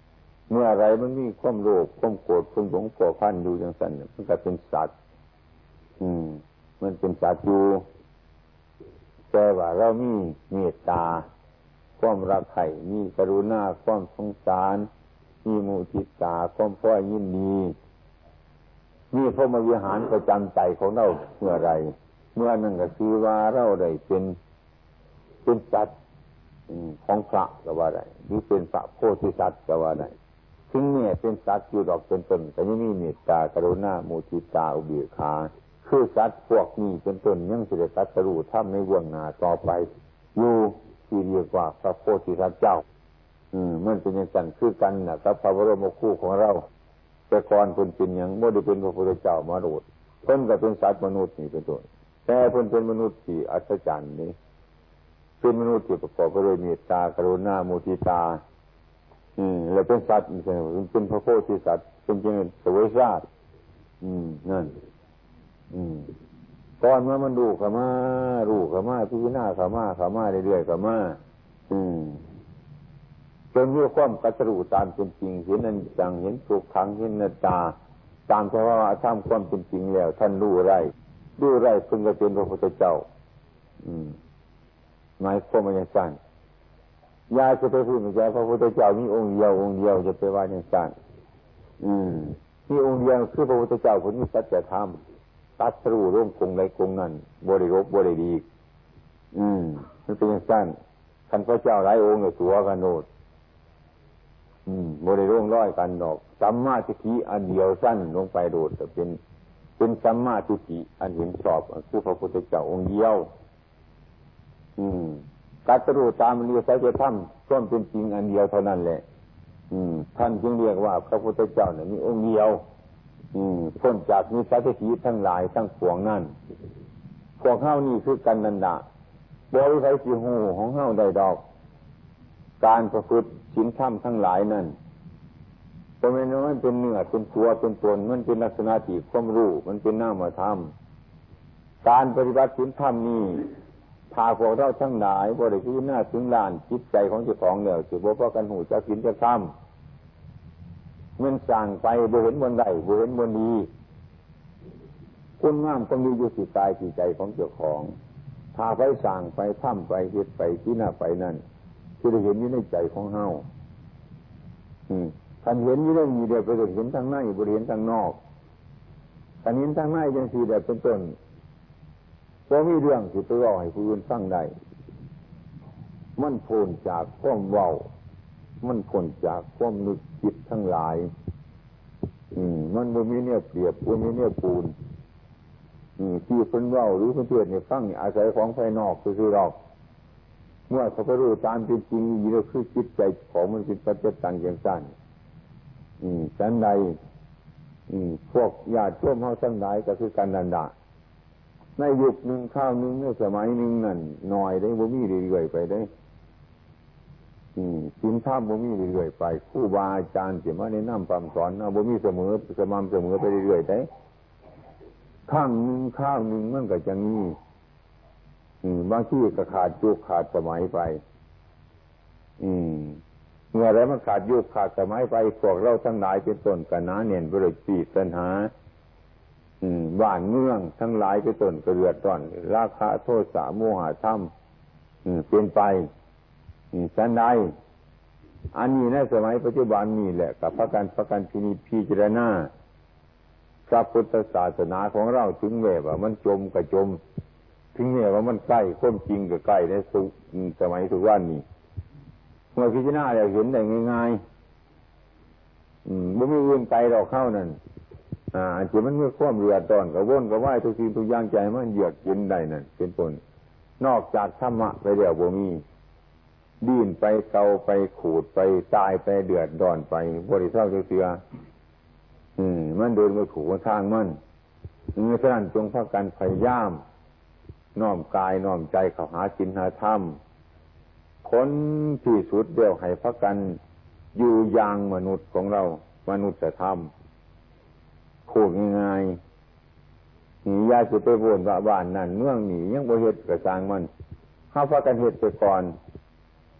เมื่อไรมันมีความโลภความโกรธความหลงผัวพันอยู่อย่างนั้นมันก็เป็นสัตว์อืมมันเป็นสัตว์อยู่แต่ว่าเรามีเมตตาความรักใคร่มีกรุณาความสงสารมีมุทิตาความพอยินดีมีพรหมวิหารประจำใจของเราเมื่อไรเมื่อนั้นก็คือว่าเราได้เป็นเป็นสัตว์ของพระก็ว่าได้หรือเป็นพระโพธิสัตว์ก็ว่าได้ถึงเนี่ยเป็นสัตว์อยู่ดอกเป็นต้นแต่ยังมีเมตตากรุณามุทิตาอุเบกขาคือสัตว์พวกนี้เป็นต้นยังสิได้ตรัสรู้ธรรมในเบื้องหน้าต่อไปอยู่ที่เรียกว่าพระโพธิสัตว์เจ้าอืมมันเป็นอย่างนั้นคือกันน่ะกับพระบรมครูของเราแต่ก่อนเพิ่นเป็นหยังบ่ได้เป็นพระพุทธเจ้ามาโดดเพิ่นก็เป็นสัตว์มนุษย์นี่เป็นต้นแต่เพิ่นเป็นมนุษย์ที่อัศจรรย์นี่เป็นมนุษย์ที่ประกอบไปด้วยเมตตากรุณามุทิตาอืมแล้วเป็นสัตว์เป็นพระโพธิสัตว์เป็นจริงสวยชาติอืมนั่นอืมตอนเมื่อมันดูเข้ามารู้เข้ามาพิจารณาเข้ามาเข้ามาเรื่อยๆเข้ามาอืมจนมีความกัตรู้ตามเป็นจริงเห็นอนิจจังเห็นทุกขังเห็นอนัตตาตามสภาวะธรรมความเป็นจริงแล้วท่านรู้ไรรู้ไรพึงจะเป็นพระพุทธเจ้าอืมหมายความว่าอย่างนั้นยาจะไปพูดถึงพระพุทธเจ้ามีองค์เดียวองค์เดียวจะไปว่าอย่างนั้นอืมมีองค์เดียวคือพระพุทธเจ้าคนนี้สัจธรรมตัดสู้ร่วมคงในคงนั้นบริรบบริดีอืมมันเป็นอย่างนั้นท่านพระเจ้าหลายองค์เนี่ยตัวกันโนดอืมบริร่วงร้อยกันดอกสัมมาทิฏฐิอันเดียวสั้นลงไปโดดแต่เป็นเป็นสัมมาทิฏฐิอันเห็นชอบคือพระพุทธเจ้าองค์เดียวอืมกัตรู้ตามเรียกสัจธรรมต้นเป็นจริงอันเดียวเท่านั้นแหละอืมท่านจึงเรียกว่าพระพุทธเจ้าเนี่ยมีองค์เดียวอืมพ้นจากมิจฉาทิฏฐิทั้งหลายทั้งปวงนั่นพวกเฮานี่คือกันนันดาบ่มีใครสิฮู้ของเฮาได้ดอกการประพฤติศีลธรรมทั้งหลายนั่นเพราะมันมันเป็นเนื้อเป็นตัวเป็นตนมันเป็นลักษณะที่ความรู้มันเป็นนามธรรมการปฏิบัติศีลธรรมนี่พาพวกเราทั้งหลายบ่ได้พิจารณาถึงล้านจิตใจของเจ้าของแล้วสิบ่พอกันหูจักศีลจักธรรมมันสั่งไปบ่เห็นบนใดบ่เห็นบนดีคุณงามต้องมีอยู่ที่กายที่ใจของเจ้าของพาไปสั่งไปทำไปเฮ็ดไปที่หน้าไปนั่นคือได้เห็นอยู่ในใจของเฮาอืมท่านเห็นอยู่ในนี้เดียวไปเห็นทางในบ่เห็นทางนอกท่านเห็นทางในจังซี่แบบเป็นต้นบ่มีเรื่องสิไปเว้าให้ผู้อื่นฟังได้มันพ้นจากความเว้ามันพ้นจากความนึกคิดทั้งหลายอืมมันบ่มีเนี่ยเปรียบบ่มีเนี่ยปูนอืมที่เพิ่นเว้าหรือเพิ่นเทศน์ให้ฟังอาศัยของภายนอกคือๆดอกเมื่อเขาไปรู้ตามเป็นจริงนี่ก็คือจิตใจของมันเป็นปัจจัยต่างอย่างสั้นอืมฉันใดอืมพวกญาติโยมเฮาทั้งหลายก็คือกันนันดาในยุคนึงข้าวนึงในสมัยนึงนั่นหน่อยได้บ่มีเรื่อยๆไปได้อืมศีลธรรมบ่มีเรื่อยๆไปครูบาอาจารย์สิมาแนะนำคำสอนนะบ่มีเสมอสม่ำเสมอไปเรื่อยๆได้ข้างนึงข้าวนึงมันก็จะมีอืมบางที่ก็ขาดยุคขาดสมัยไปอืมเมื่อไรมันขาดยุคขาดสมัยไปพวกเราทั้งหลายเป็นต้นกันหนาแน่นไปด้วยปีปัญหาอืมบ้านเมืองทั้งหลายเป็นต้นก็เดือดร้อนราคะโทสะโมหะธรรมอืมเป็นไปอืมฉันใดอันนี้ในสมัยปัจจุบันนี่แหละกับพระกันพระกันพินิจพิจารณาพระพุทธศาสนาของเราถึงแม้ว่ามันจมก็จมถึงแม้ว่ามันใกล้ความจริงก็ใกล้ในสุสมัยทุกวันนี้เมื่อพิจารณาแล้วเห็นได้ง่ายๆอืมบ่มีอื่นไกลดอกเข้านั่นอ่าที่มันมีความเรือดร้อนก็วนก็ว่ายทุกสิ่งทุกอย่างใจมันเยือกเย็นได้นั่นเป็นต้นนอกจากธรรมะไปแล้วบ่มีดิ้นไปเกาไปขูดไปตายไปเดือดร้อนไปบ่ได้เศร้าเสียอืมมันเดินไปถูกทางมันนี่ฉะนั้นจงพากันพยายามน้อมกายน้อมใจเข้าหาศีลหาธรรมคนที่สุดเดียวให้พากันอยู่อย่างมนุษย์ของเรามนุษยธรรมพูดง่ายๆนี่ยาสิไปบ่นว่าบ้านนั่นเมืองนี่ยังบ่เฮ็ดกระสร้างมันเฮาพากันเฮ็ดไปก่อน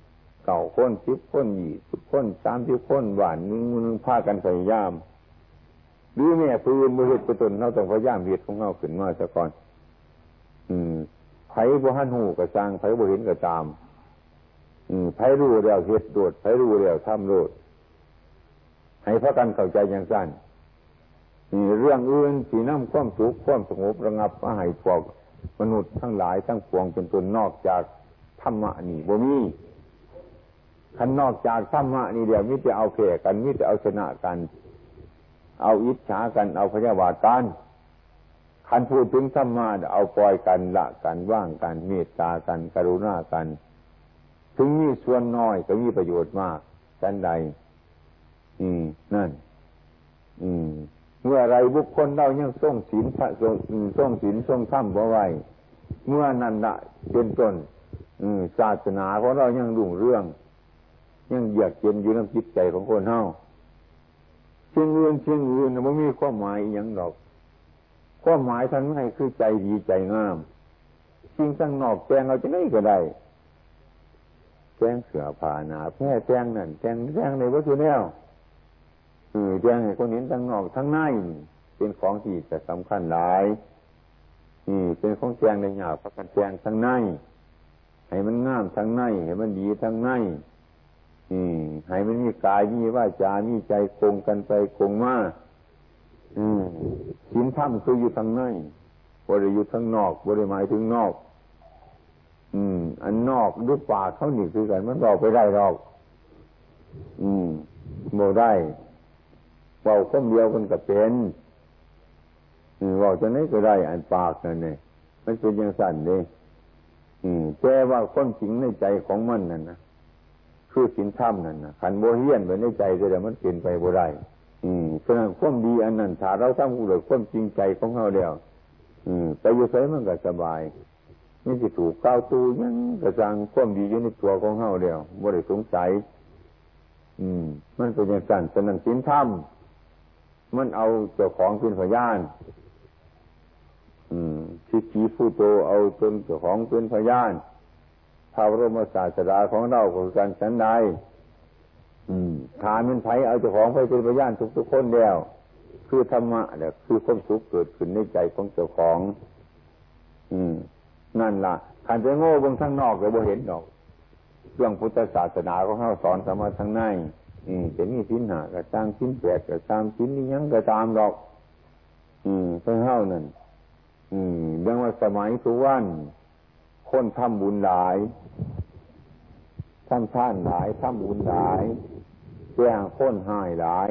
เก่าคนสิบคนยี่สิบคนสามสิบคนหวานนึงนึงพากันพยายามหรือแม่ปืนมือเฮ็ดไปตนเราต้องพยายามเฮ็ดของเราขึ้นมาซะก่อนอืมไผบ่ทันฮู้ก็สร้างไผบ่เห็นก็ตามอืมไผรู้แล้วเฮ็ดโดดไผรู้แล้วทำโดดให้พากันเข้าใจอย่างสั้นนี่เรื่องอื่นสินำความสุขความสงบระงับมาให้พวกมนุษย์ทั้งหลายทั้งปวงเป็นต้นนอกจากธรรมะนี่บ่มีคันนอกจากธรรมะนี่เดียวมิจะเอาแข่กันมิจะเอาชนะกันเอาอิจฉากันเอาพยาบาทกันคันพูดถึงธรรมะเอาปล่อยกันละกันว่างกันเมตตากันกรุณากันถึงมีส่วนน้อยก็มีประโยชน์มากฉันใดอืมนั่นอืมเมื่อไรบุคคลเรายังทรงศีลพระทรงทรงศีลทรงธรรมบ่ไว้เมื่อนั้นละเป็นต้นอืมศาสนาของเรายังรุ่งเรืองยังเยือกเย็นอยู่ในจิตใจของคนเฮาสิ่งอื่นสิ่งอื่นมันมีความหมายอีหยังดอกความหมายท่านไม่คือใจดีใจงามสิ่งข้างนอกแจ้งเอาจะได้ก็ได้แจ้งเสือผ่าหนาแพร่แจ้งนั่นแจ้งแจ้งในวัตถุแนวเออแจ้งให้คนเห็นทั้งนอกทั้งในเป็นของที่จะสำคัญหลายนี่เป็นของแจ้งในหยาบพักกันแจ้งทั้งในให้มันงามทั้งในให้มันดีทั้งในอืมให้มันมีกายมีวาจามีใจคงกันไปคงมาอืมศีลธรรมคืออยู่ทางในบ่ได้อยู่ทางนอกบ่ได้หมายถึงนอกอืมอันนอกด้วยปากเขานี่คือกันมันเราไปได้หรอกอืมบ่ได้เว้าคำเดียวกันก็เป็นอืมเว้าจังได๋ก็ได้อันปากนั่นนี่มันเป็นอย่างสั่นเด้อืมแต่ว่าความจริงในใจของมันนั่นนะคือศีลธรรมนั่นน่ะคันบ่เฮียนไว้ในใจแต่มันเป็นไปบ่ได้อืมฉะนั้นความดีอันนั้นถ้าเราทำผู้ใดความจริงใจของเฮาแล้วอืมไปอยู่ไสมันก็สบายนี่สิถูกก้าวตูหยังก็สร้างความดีอยู่ในตัวของเฮาแล้วบ่ได้สงสัยอืมมันเป็นอย่างนั้นฉะนั้นศีลธรรมมันเอาเจ้าของเป็นพยานอืมสิทธิผู้โตเอาตนเจ้าของเป็นพยานพระบรมศาสดาของเราก็คือกันฉันใดอืมฐานมันไผเอาเจ้าของไปเป็นพยานทุกๆคนแล้วคือธรรมะเนี่ยคือความสุขเกิดขึ้นในใจของเจ้าของอืมนั่นล่ะคันจะโง่เบิ่งข้างนอกก็บ่เห็นดอกเรื่องพุทธศาสนาของเฮาสอนสมาทางในอืมจะมีศีลห้าก็ตามศีลแปดก็ตามศีลนี่หยังก็ตามดอกอืมเพิ่นเฮานั่นอืมเรื่องว่าสมัยสุวรรณคนทำบุญหลายทำทานหลายทำบุญหลายแจ้งคนหายหลาย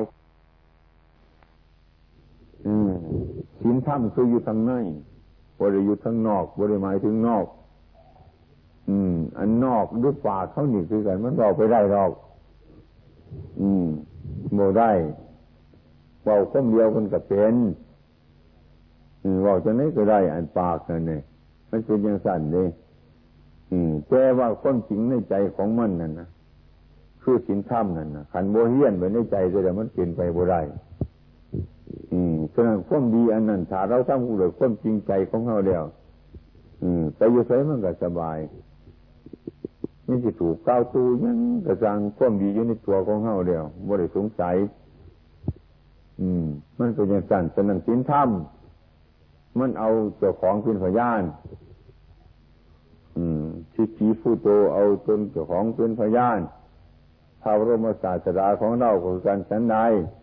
อืมศีลธรรมคืออยู่ทางในบ่ได้อยู่ทางนอกบ่ได้หมายถึงนอกอืมอันนอกด้วยปากเขานี่คือกันมันเราไปได้หรอกอืมบ่ได้เว้าคำเดียวมันก็เป็นอืมเว้าจังได๋ก็ได้อันปากนั่นนี่มันเป็นอย่างสั่นเด้อืมแต่ว่าความจริงในใจของมันนั่นนะคือศีลธรรมนั่นนะคันบ่เฮียนไว้ในใจแต่มันเป็นไปบ่ได้อืมฉะนั้นความดีอันนั้นถ้าเราทำด้วยความจริงใจของเราแล้วอืมไปอยู่ไสมันก็สบายนี่สิถูกก้าวตูหยังก็สร้างความดีอยู่ในตัวของเราแล้วบ่ได้สงสัยอืมมันเป็นอย่างนั้นฉะนั้นศีลธรรมมันเอาเจ้าของเป็นพยานอืมสิทธิผู้โตเอาตนเจ้าของเป็นพยานพระบรมศาสดาของเราก็คือกันฉันใด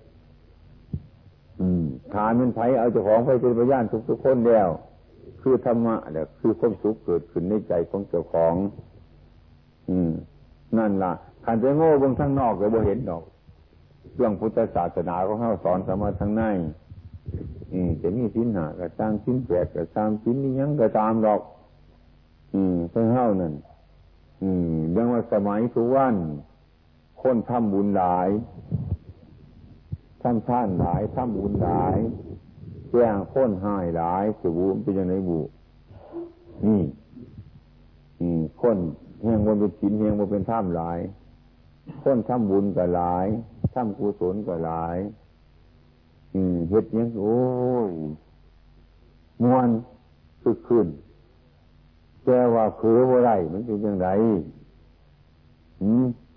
อืมฐานมันไผเอาเจ้าของไปเป็นพยานทุกๆคนแล้วคือธรรมะเนี่ยคือความสุขเกิดขึ้นในใจของเจ้าของอืมนั่นล่ะคันจะโง่เบิ่งข้างนอกก็บ่เห็นดอกเรื่องพุทธศาสนาของเฮาสอนสมาทางในอืมจะมีศีลห้าก็ตามศีลแปดก็ตามศีลนี่หยังก็ตามดอกอืมเพิ่นเฮานั่นอืมเรื่องว่าสมัยสุวรรณคนทำบุญหลายทำทานหลายทำบุญหลายแจ้งคนหายหลายสิบุมันเป็นจังได๋บุนี่อืมคนแห่งบ่เป็นศีลแห่งบ่เป็นธรรมหลายคนทำบุญก็หลายทำกุศลก็หลายอืมเฮ็ดหยังโอ้ยม่วนคึกคืนแต่ว่าเผลอบ่ได้มันเป็นจังได๋หืม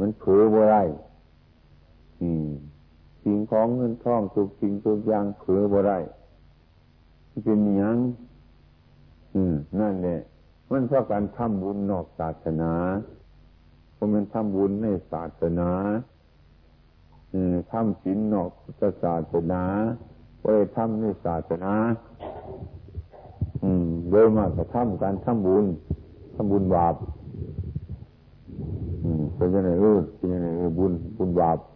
มันเผลอบ่ได้อืมสิ่งของเงินทองทุกสิ่งทุกอย่างเผลอบ่ได้มันเป็นหยังอืมนั่นแหละมันเพราะการทำบุญนอกศาสนาเพราะมันทำบุญในศาสนาอืมทำศีลนอกศาสนาบ่ได้ทำในศาสนาอืมโดยมากก็ทำการทำบุญทำบุญบาปอืมเป็นยังไงเออเป็นยังไงเออบุญบุญบาป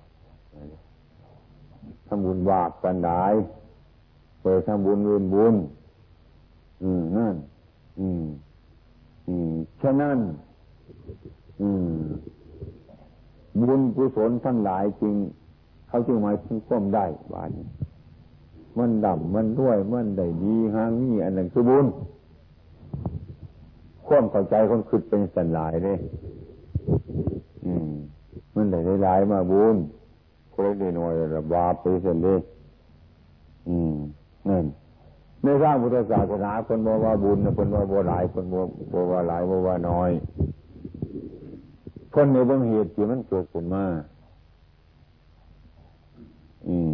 ทำบุญบาปกันได้ไปทำบุญเอื่นบุญอืมนั่นอืมอืมฉะนั้นอืมบุญกุศลทั้งหลายจริงเขาจึงหมายถึงความได้บาดมันดำมันด้วยมันได้ดีหางนี่อันนั้นคือบุญความเข้าใจคนคิดเป็นสันหลายเลยอืมมันได้หลายมาบุญคนละน้อยระบาปไปเสียเลยอืมนั่นในทางพุทธศาสนาคนบอกว่าบุญคนว่าบ่หลายคนบอกว่าหลายบอกว่าน้อยคนในบางเหตุที่มันเกิดขึ้นมาอืม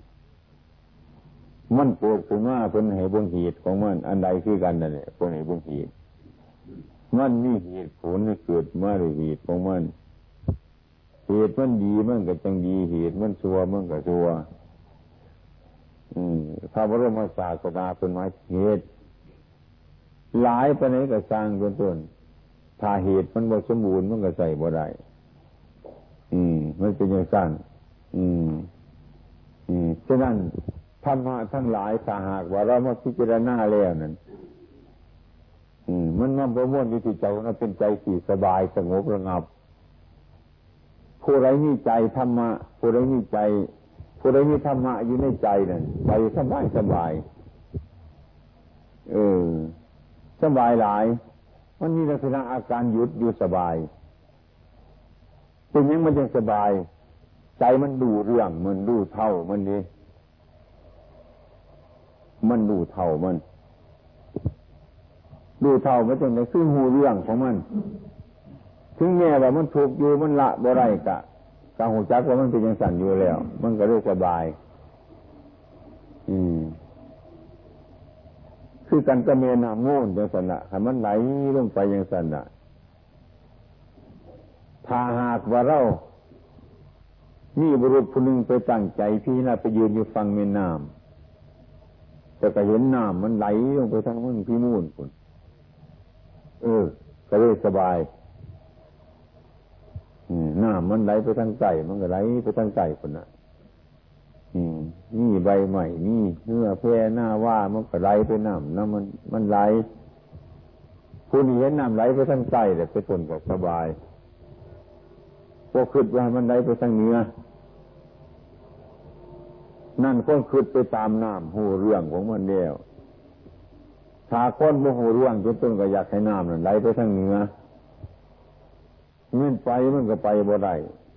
มันเกิดขึ้นมาเป็นเหตุบางเหตุของมันอันใดคือกันนั่นแหละคนในบางเหตุมันมีเหตุผลที่เกิดมาด้วยเหตุของมันเหตุมันดีมันก็จังดีเหตุมันชั่วมันก็ชั่วอืมพระบรมศาสดาเป็นหมายเหตุหลายไปไหนก็สร้างเป็นต้นถ้าเหตุมันบ่สมบูรณ์มันก็ใส่บ่ได้อืมมันเป็นอย่างสั้นอืมอืมฉะนั้นธรรมะทั้งหลายถ้าหากว่าเรามาพิจารณาแล้วนั่นอืมมันมาประมวลอยู่ที่ใจมันเป็นใจที่สบายสงบระงับผู้ใดมีใจธรรมะผู้ใดมีใจผู้ใดมีธรรมะอยู่ในใจนั่นใจสบายสบายเออสบายหลายมันมีลักษณะอาการหยุดอยู่สบายเป็นยังมันยังสบายใจมันดูเรื่องมันดูเท่ามันนี่มันดูเท่ามันดูเท่ามันจังได๋คือหูเรื่องของมันถึงแม้ว่ามันถูกอยู่มันละบ่ได้กะกะหูจักว่ามันเป็นจังซั่นอยู่แล้วมันก็เลยสบายอืมคือกันกับแม่น้ำมูลจังซั่นน่ะให้มันไหลลงไปจังซั่นน่ะถ้าหากว่าเรามีบุรุษผู้หนึ่งไปตั้งใจพี่น่ะไปยืนอยู่ฝั่งแม่น้ำแต่ก็เห็นน้ำมันไหลลงไปทางมันพี่มูลพุ่นเออก็เลยสบายอืมน้ำมันไหลไปทางใต้มันก็ไหลไปทางใต้พุ่นน่ะอืมนี่ใบใหม่นี่เนื้อแพร่หน้าว่ามันก็ไหลไปน้ำน้ำมันมันไหลผู้นี้เห็นน้ำไหลไปทางใต้แต่ไปต้นก็สบายพอคิดว่ามันไหลไปทางเหนือนั่นคนคิดไปตามน้ำหูเรื่องของมันเดียวถ้าคนบ่หูเรื่องจนต้นก็อยากให้น้ำนั้นไหลไปทางเหนือเมื่อไปมันก็ไปบ่ได้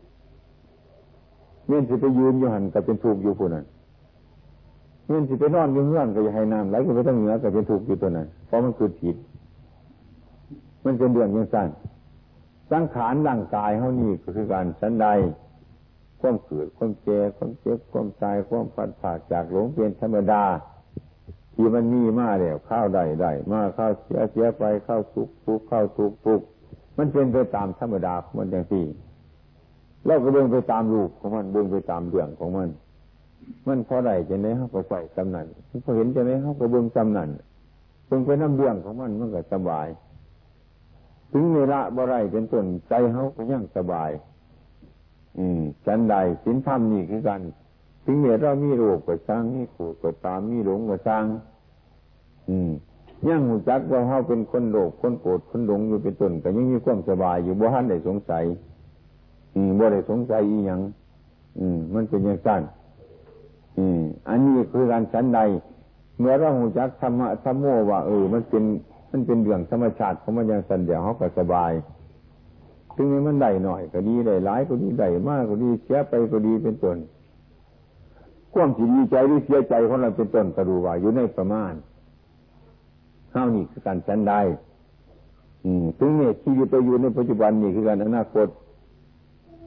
เมื่อสิไปยืนอยู่หันก็เป็นทุกข์อยู่ผู้นั้นเมื่อสิไปนอนอยู่เฮือนก็อยากให้น้ำไหลไปทางเหนือก็เป็นทุกข์อยู่ตัวนั้นเพราะมันคือผิดมันเป็นเรื่องอย่างสั้นสังขารร่างกายเฮานี่ก็คือการสันใดความเกิดความแก่ความเจ็บความตายความพัดพรากจากหลงเป็นธรรมดาที่มันมีมาแล้วข้าวได้ได้มาข้าวเสียเสียไปข้าวสุกสุกข้าวสุกสุกมันเป็นไปตามธรรมดาของมันอย่างที่เราก็เบิ่งไปตามรูปของมันเบิ่งไปตามเรื่องของมันมันพอได้จะไหนเฮาก็ใส่จำนั่นพอเห็นจะไหนเฮาก็เบิ่งจำนั่นเบิ่งไปน้ำเรื่องของมันมันก็สบายถึงเวลาบ่ได้เป็นต้นใจเฮาก็ยังสบายอืมฉันใดศีลธรรมนี่คือกันถึงแม้เรามีโรคก็สร้างมีโกรธก็ตามมีหลงก็สร้างอืมยังรู้จักว่าเฮาเป็นคนโลภคนโกรธคนหลงอยู่เป็นต้นก็ยังมีความสบายอยู่บ่ทันได้สงสัยอืมบ่ได้สงสัยอีหยังอืมมันเป็นอย่างนั้นอืมอันนี้คือการฉันใดเมื่อเรารู้จักธรรมะธรรมโมว่าเออมันเป็นมันเป็นเรื่องธรรมชาติของมันอย่างนั้นเดี๋ยวเฮาก็สบายถึงแม้มันได้หน่อยก็ดีได้หลายก็ดีได้มากก็ดีเสียไปก็ดีเป็นต้นความสิดีใจหรือเสียใจของเราเป็นต้นก็รู้ว่าอยู่ในประมาณเฮานี่คือการฉันใดอืมถึงแม้ชีวิตเราอยู่ในปัจจุบันนี่คือการอนาคต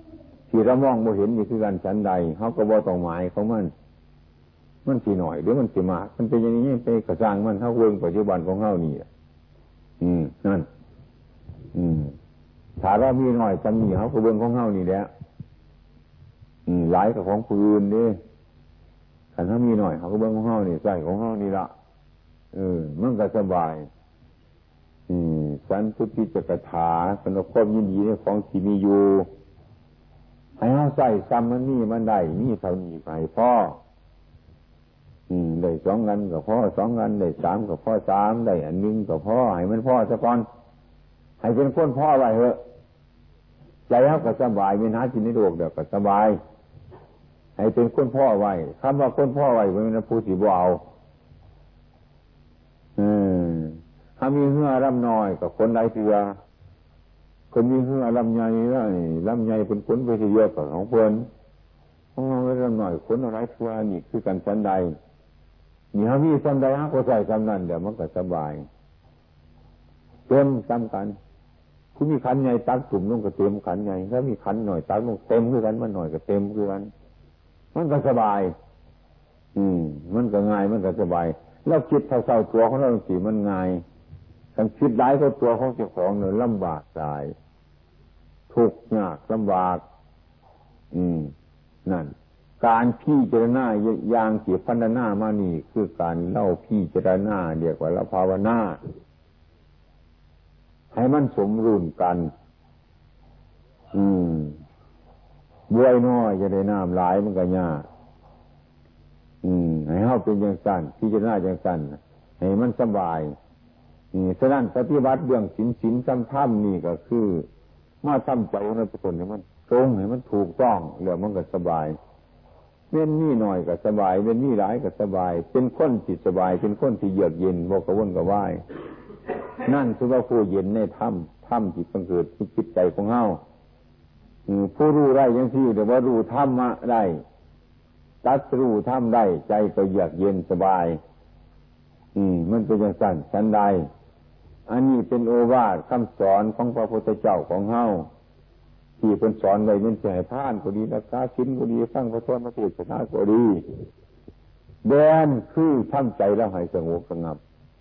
ที่เรามองบ่เห็นนี่คือการฉันใดเขาก็บ่ต้องหมายของมันมันสิหน่อยหรือมันสิมากมันเป็นอย่างนี้ไปกระสร้างมันเท่าเวงปัจจุบันของเฮานี่อืมนั่นอืมถ้าเรามีหน่อยจำนี่เขาก็เบิ่งของเฮานี่แหละอืมหลายกับของผู้อื่นเด้คันถ้ามีหน่อยเขาก็เบิ่งของเฮานี่ใส่ของเฮานี่ละเออมันก็สบายอืมสันตุติจักถาสนุกความยินดีในของที่มีอยู่ให้เฮาใส่ซ้ำมันนี่มันได้นี่เท่านี้ไปพ่ออืมได้สองเงินกับพ่อสองเงินได้สามกับพ่อสามได้อันนึงกับพ่อให้มันพ่อซะก่อนให้เป็นคนพ่อไว้เถอะใจเฮาก็สบายมีหากินในโลกเดี๋ยวก็สบายให้เป็นคนพ่อไว้คำว่าคนพ่อไว้เป็นผู้สิบ่เอาอืมถ้ามีเหือลำน้อยกับคนใดเถื่อคนมีเหือลำใหญ่แล้วนี่ลำใหญ่เป็นคนไปที่เยอะกับของเพิ่นของเราลำน้อยคนอะไรเถื่อนี่คือกันชั้นใดนี่เขามีซ้ำใดฮะก็ใส่ซ้ำนั้นเดี๋ยวมันก็สบายเต็มซ้ำกันคุณมีขันใหญ่ตักตุ่มลงก็เต็มขันใหญ่ถ้ามีขันหน่อยตักลงเต็มคือกันมันหน่อยก็เต็มคือกันมันก็สบายอืมมันก็ง่ายมันก็สบายแล้วคิดเท่าๆตัวของเราสิมันง่ายการคิดร้ายกับตัวของเจ้าของเนี่ยลำบากใจทุกข์ยากลำบากอืมนั่นการพิจารณาอย่างเสียพันนามานี่คือการเล่าพิจารณาเรียกว่าละภาวนาให้มันสมรุ่นกันอืมบ้วยน้อยจะได้น้ำหลายมันก็ยากอืมให้เฮาเป็นอย่างสั้นพิจารณาอย่างสั้นให้มันสบายนี่ฉะนั้นปฏิบัติเรื่องศีลศีลธรรมธรรมนี่ก็คือมาทำใจของเราเป็นคนให้มันตรงให้มันถูกต้องแล้วมันก็สบายเว้นนี่หน่อยก็สบายเว้นนี่หลายก็สบายเป็นคนที่สบายเป็นคนที่เยือกเย็นบ่กระวนกระวายนั่นคือว่าผู้เย็นในธรรมธรรมที่บังเกิดที่จิตใจของเฮาผู้รู้ได้จังซี่แต่ว่ารู้ธรรมะได้ตัดรู้ธรรมได้ใจก็เยือกเย็นสบายอืมมันเป็นอย่างสั้นชั้นใดอันนี้เป็นโอวาทคำสอนของพระพุทธเจ้าของเฮาที่เป็นสอนไว้เป็นใจทานก็ดีรักษาศีลก็ดีฟังพระธรรมเทศนาก็ดีแดนคือทำใจแล้วให้สงบสงับ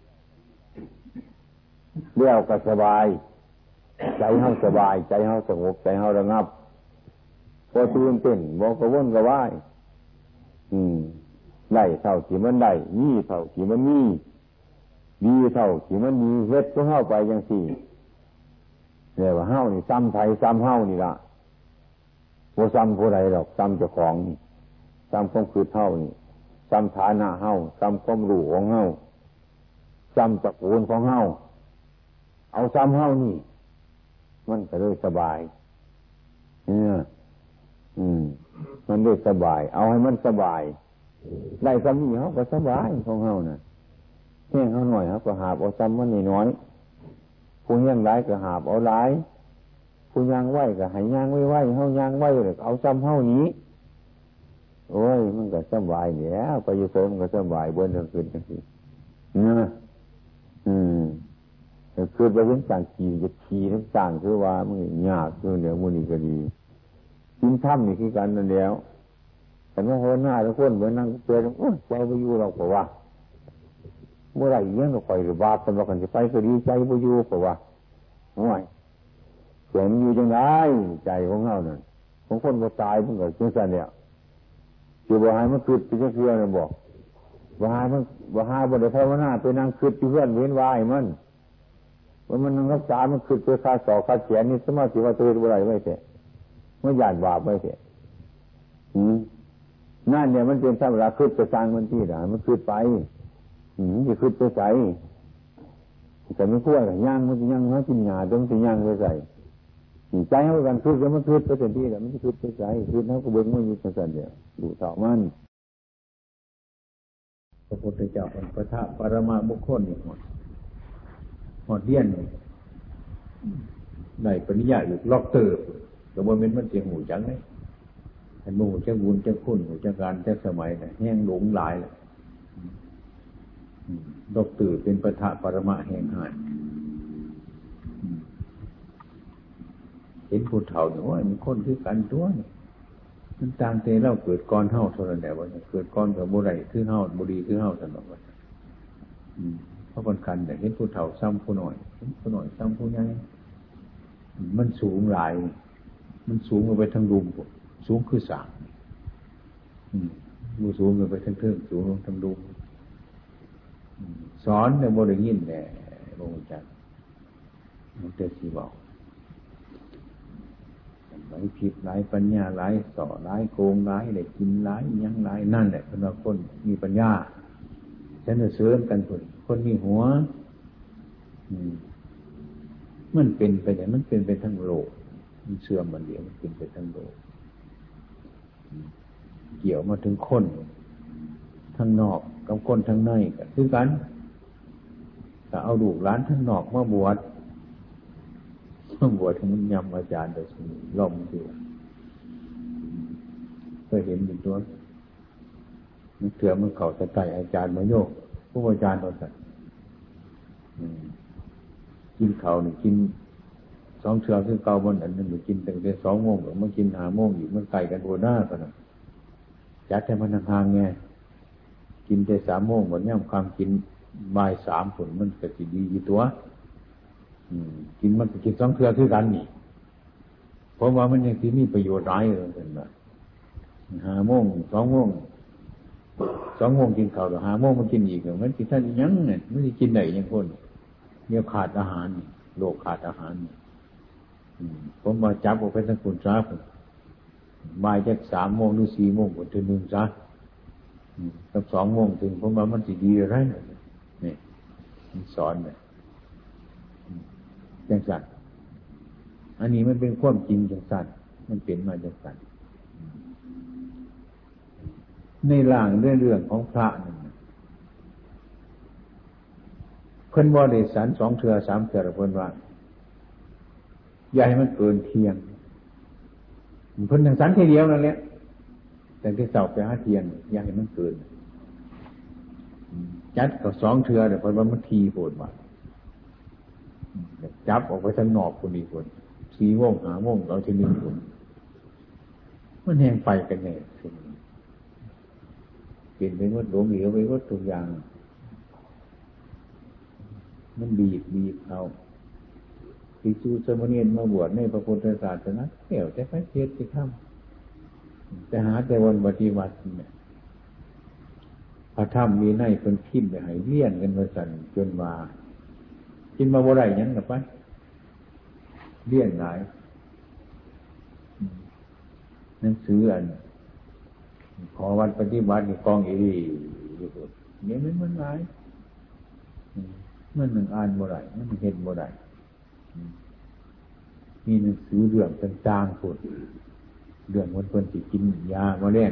เลี้ยวก็สบายใจเฮาสบายใจเฮาสงบใจเฮาระงับพอตื่นเต้นบ่กระวนกระวายอืมได้เท่าที่มันได้มีเท่าที่มันมีดีเท่าที่มันมีเฮ็ดก็เฮาไปจังซี่เรียกว่าเฮานี่ซ้ำไผซ้ำเฮานี่ล่ะบ่ซ้ำผู้ใดหรอกซ้ำเจ้าของนี่ซ้ำความคิดเฮานี่ซ้ำฐานะเฮาซ้ำความรู้ของเฮาซ้ำตระกูลของเฮาเอาซ้ำเฮานี่มันก็เลยสบายเนี่ยอืมมันได้สบายเอาให้มันสบายได้ซ้ำนี่เฮาก็สบายของเฮาน่ะแห้งเฮาหน่อยเฮาก็หาบเอาซ้ำมันน้อยผู้ยังหลายก็หาบเอาหลายผู้ยังไหวก็ให้ยังไว้ไว้เฮายังไหวเลยเอาซ้ำเฮานี้โอ้ยมันก็สบายแล้วไปอยู่โซมก็สบายบนกลางคืนจังซี่นะอืมคือไปเว้นต่างขี่จะขี่ทั้งต่างคือว่ามันยากคือเดี๋ยวมื้อนี้ก็ดีกินถ้ำนี่คือกันนั่นแล้วแต่ว่าโหหน้าทุกคนเหมือนนั่งเปลือยโอ้ยใจบ่อยู่เราก็ว่าเมื่อไหร่เงี้ยก็คอยบาปกันว่ากันจะไปก็ดีใจบ่อยู่ก็ว่าโอ้ยเสียงอยู่จังไดใจของเฮานั่นของคนบ่ตายมันก็จังซั่นเนี่ยสิบ่ให้มันคิดไปจังซี่น่ะบอกบ่ให้มันบ่หาบ่ได้ภาวนาไปนั่งคิดอยู่เฮือนเว้นวายมันว่ามันรักษามันคิดไปค่าสอค่าเสียนี่สมาธิว่าตัวบ่ได้ไว้แท้มันญาติบาปไว้แท้อืมนั่นเนี่ยมันเป็นธรรมดาคิดไปสร้างมันที่ล่ะมันคิดไปอืมสิคิดไปใส่แต่ไม่ควรย่างมันสิย่างหากินหญ้าต้องสิย่างไปใส่ใจเฮากันคิดแล้วมันคิดไปเต็มที่แล้วมันสิคิดไปใส่คิดเฮาก็เบิ่งมันอยู่จังซั่นเดียวดูเท่ามันพระพุทธเจ้าเป็นพระธาตุปรมาบุคคลนี่หมดหมดเรียนได้ปริญญาอยู่ล็อกเตอร์ก็บ่แม่นมันสิหูจังได๋อันบ่ฮู้จักบุญจักคุณฮู้จักการจักสมัยน่ะแห้งหลงหลายแล้วด็อกเตอร์เป็นประธานปรมาแห่งหายเห็นผู้เฒ่าเนี่ยว่ามีคนคือกันตัวนี่มันต่างแต่เราเกิดก่อนเฮาเท่านั้นแหละว่าเกิดก่อนกับบ่ได้คือเฮาบ่ดีคือเฮาซั่นดอกว่าอืมเพราะคนกันแต่เห็นผู้เฒ่าซ้ำผู้น้อยเห็นผู้น้อยซ้ำผู้ใหญ่มันสูงหลายมันสูงลงไปทางดุมสูงคือสามอืมบ่สูงลงไปทางเทิงสูงลงทางดุมสอนเนี่ยบ่ได้ยินแหละบ่รู้จักมันแต่สิเว้าหลายผิดหลายปัญญาหลายส่อหลายโกงหลายได้กินหลายยังหลายนั่นแหละเป็นว่าคนมีปัญญาฉันจะเสริมกันคนคนมีหัวมันเป็นไปอย่างมันเป็นไปทั้งโลกมันเสื่อมมันเดียวมันเป็นไปทั้งโลกเกี่ยวมาถึงคนทั้งนอกกับคนทั้งในก็คือกันแต่เอาลูกหลานทั้งนอกมาบวชต้องบวชให้มันยำอาจารย์โดยสมล่อมดีเคยเห็นอยู่ตัวมันเถื่อมันเข่าจะไต่อาจารย์มาโยกผู้อาจารย์เราสั่งกินเขาเนี่ยกินสองเถื่อคือเก่าบนอันนั้นหรือกินตั้งแต่สองโมงหรือมันกินหาโมงอยู่มันไก่กันหัวหน้ากันนะจัดให้มันห่างไงกินแต่สามโมงวันนี้ความกินบ่ายสามผลมันก็จะดีอยู่ตัวกินมันกินสองเครือคือกันนี่เพราะว่ามันยังที่มีประโยชน์หลายเลยเป็นแบบห้าโมงสองโมงสองโมงกินข้าวแล้วห้าโมงมันกินอีกมันกินท่านยังเนี่ยไม่ได้กินไหนยังคนเนี่ยขาดอาหารโรคขาดอาหารผมมาจับออกไปทั้งคุณจ้าผมบ่ายจากสามโมงหรือสี่โมงถึงหนึ่งจ้ากับสองโมงถึงผมว่ามันสิดีอะไรเนี่ยสอนเนี่ยจังสันอันนี้มันเป็นความจริงจังสันมันเป็นมาจังสันในร่างเรื่องเรื่องของพระนั่นเพิ่นว่าได้สันสองเทื่อสามเทื่อเพิ่นว่าอย่าให้มันเกินเที่ยงเพิ่นจังสันทีเดียวนั่นแหละแต่ที่เสาไปหาเที่ยงอย่าให้มันเกินจัดกับสองเทื่อเดี๋ยวเพิ่นว่ามันทีโหดว่าจับออกไปทางนอกคนอีกคนสี่โมงหาโมงเราที่หนึ่งคนมันแห้งไปกันแน่เปลี่ยนไปวัดหลวงเหลียวไปวัดทุกอย่างมันบีบบีบเอาภิกษุสามเณรมาบวชในพระพุทธศาสนาเกี่ยวแต่ไปเทศน์ที่ถ้ำแต่หาแต่วันปฏิบัติเนี่ยพระธรรมมีในคนพิมพ์ไปให้เลี้ยนกันมาสั่นจนมากินมาบ่ได้ยังกับไปเลี้ยนหลายหนังสืออันขอวัดปฏิบัติในกองเอรีอยู่พุ่นเนี่ยมันมันหลายมันหนึ่งอ่านบ่ได้มันเห็นบ่ได้มีหนังสือเรื่องต่างๆพุ่นเรื่องคนคนที่กินยามาเล่น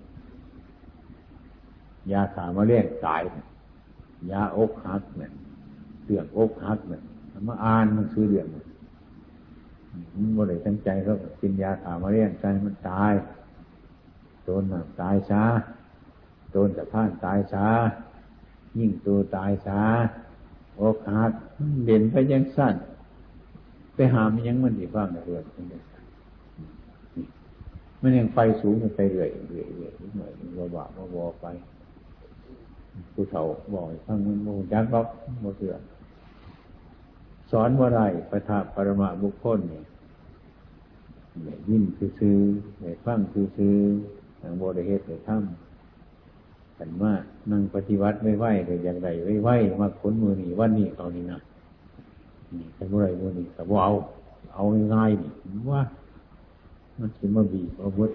ยาขามาเล่นตายยาอกหักเนี่ยเรื่องอกหักเนี่ยมาอ่านมันคือเรื่องมันบ่ได้ตั้งใจเขากินยาขามาเล่นใจมันตายโดนน่ะตายช้าโดนแต่พานตายช้ายิ่งตัวตายช้าอกหักเด่นไปยังสั้นไปหามันยังมันอีกบ้างในเรื่องมันยังไปสูงไปเรื่อยเรื่อยเรื่อยหน่อยว่าว่าว่าว่าไปผู้เฒ่าบอกให้ฟังมันโมจักบอกโมเสือสอนว่าไรประทาปรมาบุคคลเนี่ยยิ่งซื่อๆในฟังซื่อๆทางบริเหตุในถ้ำกันว่านั่งปฏิวัติไม่ไหวแต่อย่างไรไม่ไหวมาขนมือหนีวันนี้เอานี่นะนี่แต่เมื่อไรมือนี่แต่ว่าเอาเอาง่ายๆนี่ว่ามันจะมาบีบเอาวัด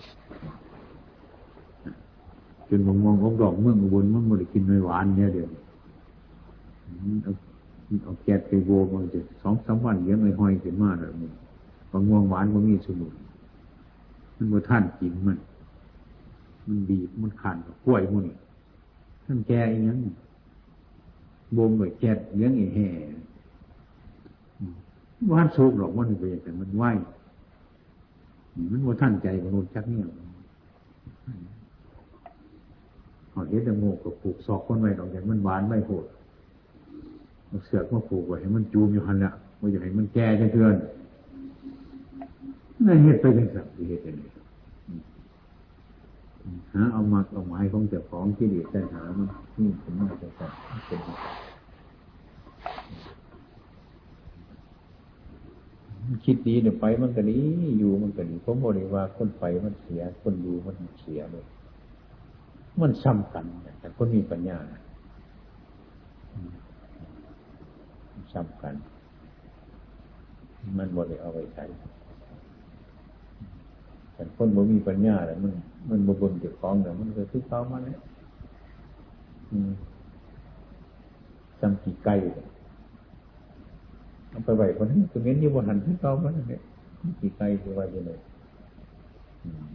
จนมองมองของดอกเมืองอุบลมันไม่ได้กินไม่หวานเนี่ยเดี๋ยวเอาเอาแก๊สไปโบมันจะสองสามวันเลี้ยงไอ้ห้อยขึ้นมาแล้วมันบางม่วงหวานมันมีสมุนมันมาท่านกินมันมันบีบมันขันกับกล้วยมันนี่ท่านแก่อีกอย่างโบมแบบแก๊สเลี้ยงไอ้แห่หวานสุกหรอกมันไปแต่มันไหวมันว่าท่านใจของคนชักเนี่ยหอดเด็ดโง่กับผูกศอกคนไว้ดอกอย่างมันหวานไม่โหดมันเสือกมาผูกไว้ให้มันจูมอยู่หันละไม่อยากให้มันแก่จะเกินนั่นเหตุไปจังสักเหตุอย่างนี้หาเอามาเอาหมายของเจ้าของที่ดีแต่หามันนี่ผมว่าจะจัดเป็นคิดดีเดี๋ยวไปมันก็ดีอยู่มันก็ดีผมบอกเลยว่าคนไปมันเสียคนอยู่มันเสียเลยมันซ้ำกันแต่คนมีปัญญาซ้ำกันมันบ่ได้เอาไปใช้แต่คนบ่มีปัญญาแล้วมันมันบ่เบิ่งเจ้าของแล้วมันก็คือเขามาแล้วอืมซ้ำกี่ไก่เอาไปไว้คนนี้คือเงี้ยอยู่บ่หันคือเขามาเนี่ยกี่ไก่คือไว้อยู่เลยอืม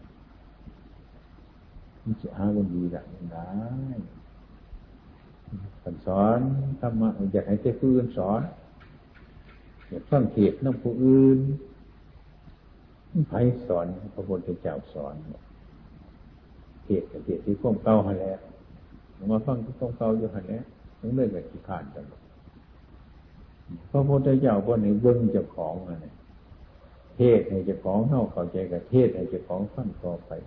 มันสิหาคนดีได้ได้ท่านสอนธรรมะอยากให้เจ้าผู้อื่นสอนอยากฟังเทศน์นำผู้อื่นไผสอนพระพุทธเจ้าสอนเทศน์กับเทศน์ที่ความเก่าหั่นแหละมาฟังที่ความเก่าอยู่หั่นแหละต้องเลิกกับขี้ข้านกันพระพุทธเจ้าบ่ได้เบิ่งเจ้าของนั่นน่ะเทศน์ให้เจ้าของเฮาเข้าใจกับเทศน์ให้เจ้าของฟังต่อไป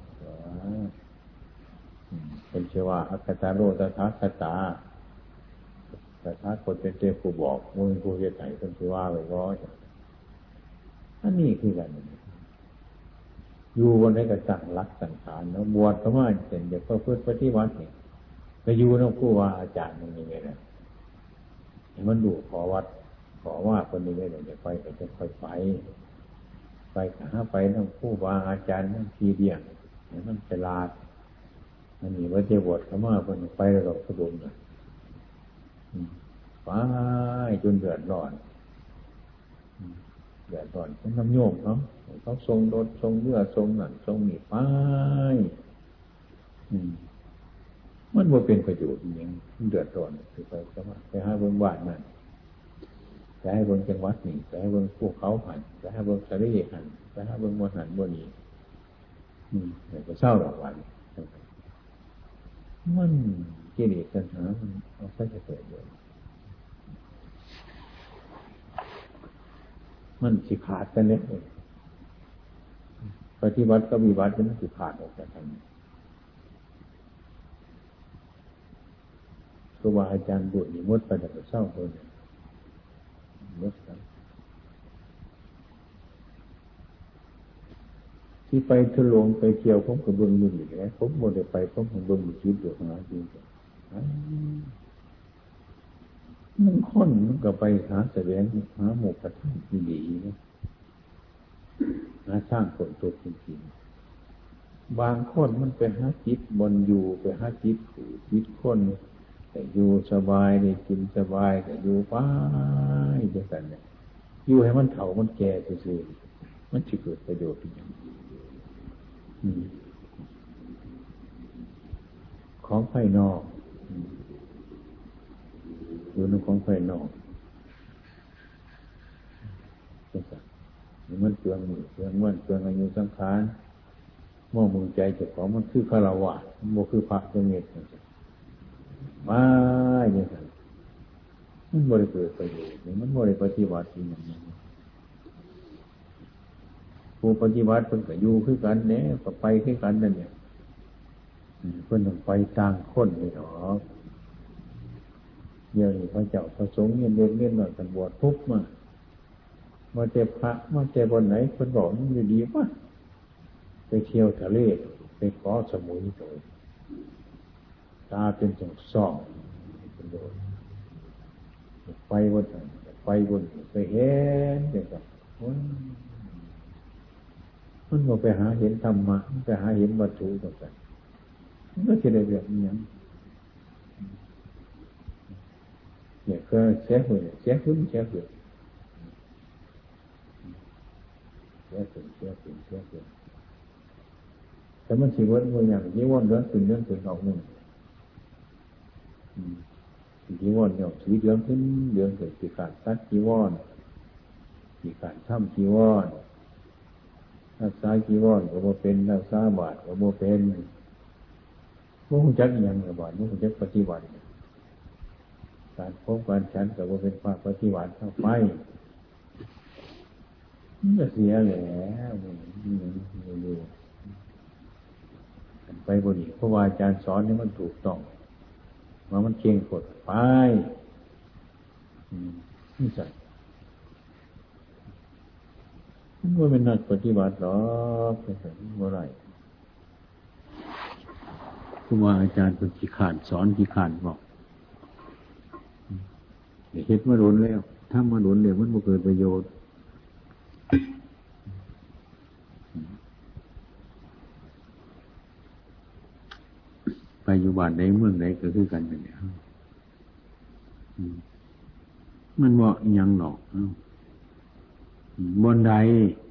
เป็นชื่อว่าอัคคตาโรตถาคตาตถาคตเป็นเจ้าผู้บอกมึงผู้เฮ็ดให้เป็นชื่อว่าไว้ร้อยอันนี้คือกันอยู่บนไหนก็ตั้งหลักตั้งฐานเนาะบวชเข้ามาเสร็จเดี๋ยวก็เพื่อปฏิวัตินี่ก็อยู่นำครูว่าอาจารย์นึงนี่แหละมันดูขอวัดขอว่าคนนี้ได้เดี๋ยวไปก็จะค่อยไปไปหาไปนำครูว่าอาจารย์นั่นทีเดียวเนี่ยมันฉลาดอันนี้ว่าจะบวชเข้ามาคนไปแล้วก็สะดุ้งนะไปจนเดือดร้อนเดือดร้อนเป็นน้ำโยมเนาะเขาทรงรถทรงเรือทรงนั่นทรงนี่ไปมันว่าเป็นประโยชน์อย่างนี้เดือดร้อนไปไปเข้ามาไปหาเบื้องบ้านนั่นไปให้เบื้องจังหวัดนี่ไปให้เบื้องภูเขาหันไปให้เบื้องทะเลหันไปให้เบื้องบนหันบนนี้อืมเดี๋ยวก็เศร้าหรอกวันมันกิเลสตัณหามันเอาใช้จะเกิดเลยมันสิขาดกันเนี่ยปฏิบัติก็มีวัดมันสิขาดออกจากกันครูบาอาจารย์บวชนิมนต์ไปแต่ก็เศร้าคนมดกันที่ไปทะลวงไปเที่ยวผมก็เบิ่งอยู่นี่แหละผมบ่ได้ไปผมก็เบิ่งอยู่ชีวิตอยู่หาจริงมันคนมันก็ไปหาแสวงหาหมู่กระทั่งดีๆนะหาสร้างคนตัวจริงๆบางคนมันไปหาจิตบนอยู่ไปหาจิตผู้จิตคนแต่อยู่สบายได้กินสบายแต่อยู่ไปจังซั่นเนี่ยอยู่ให้มันเฒ่ามันแก่ซื่อๆมันสิเกิดประโยชน์อีหยังของภายนอกอยู่ในของภายนอกมันเปลืองมือเปลืองมันเปลืองอายุสังขารมองมือใจเจ้าของมันคือฆราวาสมันบ่คือพระเจ้าเมตมาอย่างนั้นมันบ่ได้เกิดประโยชน์มันบ่ได้ปฏิบัติอย่างนั้นผู้ปฏิบัติเพิ่นก็อยู่คือกันแหน่ก็ไปคือกันนั่นเนี่ยเพิ่นต้องไปต่างคนนี่หรอกเดี๋ยวนี้พระเจ้าพระสงฆ์เนี่ยเด็กเนี่ยหน่อยกันบวชทุกมามาเจ็บพระมาเจ็บบนไหนเพิ่นบอกมันอยู่ดีป่ะไปเที่ยวทะเลไปขอสมุยโดยตาเป็นสองส่องเป็นโดยไปบนไปบนไปเห็นเด็กแบบมันก็ไปหาเห็นธรรมะไปหาเห็นวัตถุต่างๆมันก็จะได้แบบนี้เนี่ยก็เสียหุ่นเสียหุ่นเสียหุ่นเสียหุ่นเสียหุ่นเสียหุ่นแต่มันชีวิตมันอย่างนี้ว่าเรื่องเป็นเรื่องเป็นออกหนึ่งจีวรเนี่ยสีเหลืองขึ้นเหลืองเกิดสีขาดซัดจีวรสีขาดถ้ำจีวรรักษาจีวรก็บ่เป็นรักษาบาตรก็บ่เป็นบ่ฮู้จักอิหยังกับบาตรบ่ฮู้จักปฏิบัติการพบการฉันก็บ่เป็นภาคปฏิบัติเข้าไปมันก็เสียแล้วมันอยู่ไปบนนี้เพราะว่าอาจารย์สอนนี่มันถูกต้องว่ามันเก่งกดไปนี่ใช่มันว่าเป็นนักปฏิบัติหรอกเป็นแบบนี้ว่าไรเพราะว่าอาจารย์เป็นขี้ขานสอนขี้ขานบอกเฮ็ดมาโดนแล้วถ้ามาโดนเดี๋ยวมันบ่เกิดประโยชน์ไปอยู่บ้านใดเมืองใดก็คือกันเนี่ยมันบ่ยังหรอกบนใด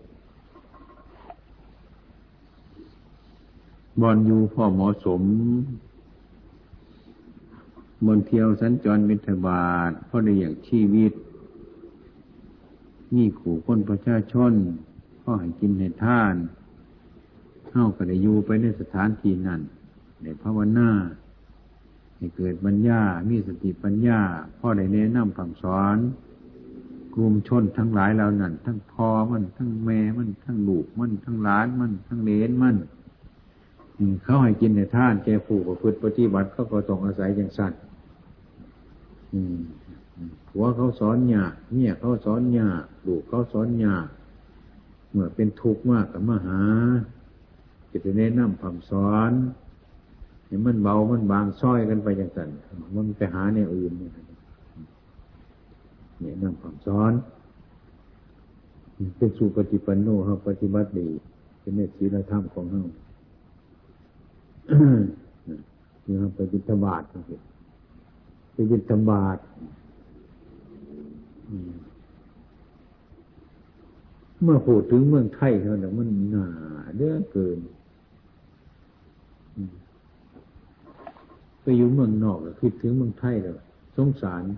บอนอยู่พอเหมาะสมบนเที่ยวสัญจรบิณฑบาตเพราะได้อย่างชีวิตนี่ขู่คนประชาชนพ่อให้กินให้ทานเฮาก็ได้อยู่ไปในสถานที่นั้นได้ภาวนาให้เกิดปัญญามีสติปัญญาพ่อได้แนะนำคำสอนกลุ่มชนทั้งหลายเหล่านั้นทั้งพ่อมันทั้งแม่มันทั้งลูกมันทั้งหลานมันทั้งเหลนมันเขาให้กินในท่านแก่ผู้ประพฤติปฏิบัติเขาก็ต้องอาศัยอย่างสั้นผัวเขาสอนยากเมียเขาสอนยากลูกเขาสอนยากเมื่อเป็นทุกข์มากกับมาหาจะไปแนะนำคำสอนเห็นมันเบามันบางซ้อยกันไปอย่างสั้นมันไปหาในอื่นแนะนำคำสอนเป็นสุปฏิปันโนเขาปฏิบัติดีเป็นในศีลธรรมของเขานี่ครับไปบิณฑบาตไปบิณฑบาตเมื่อพูดถึงเมืองไทยเขาเนี่ยมันหนาเด้อเกินไปอยู่เมืองนอกคิดถึงเมืองไทยแล้วสงสาร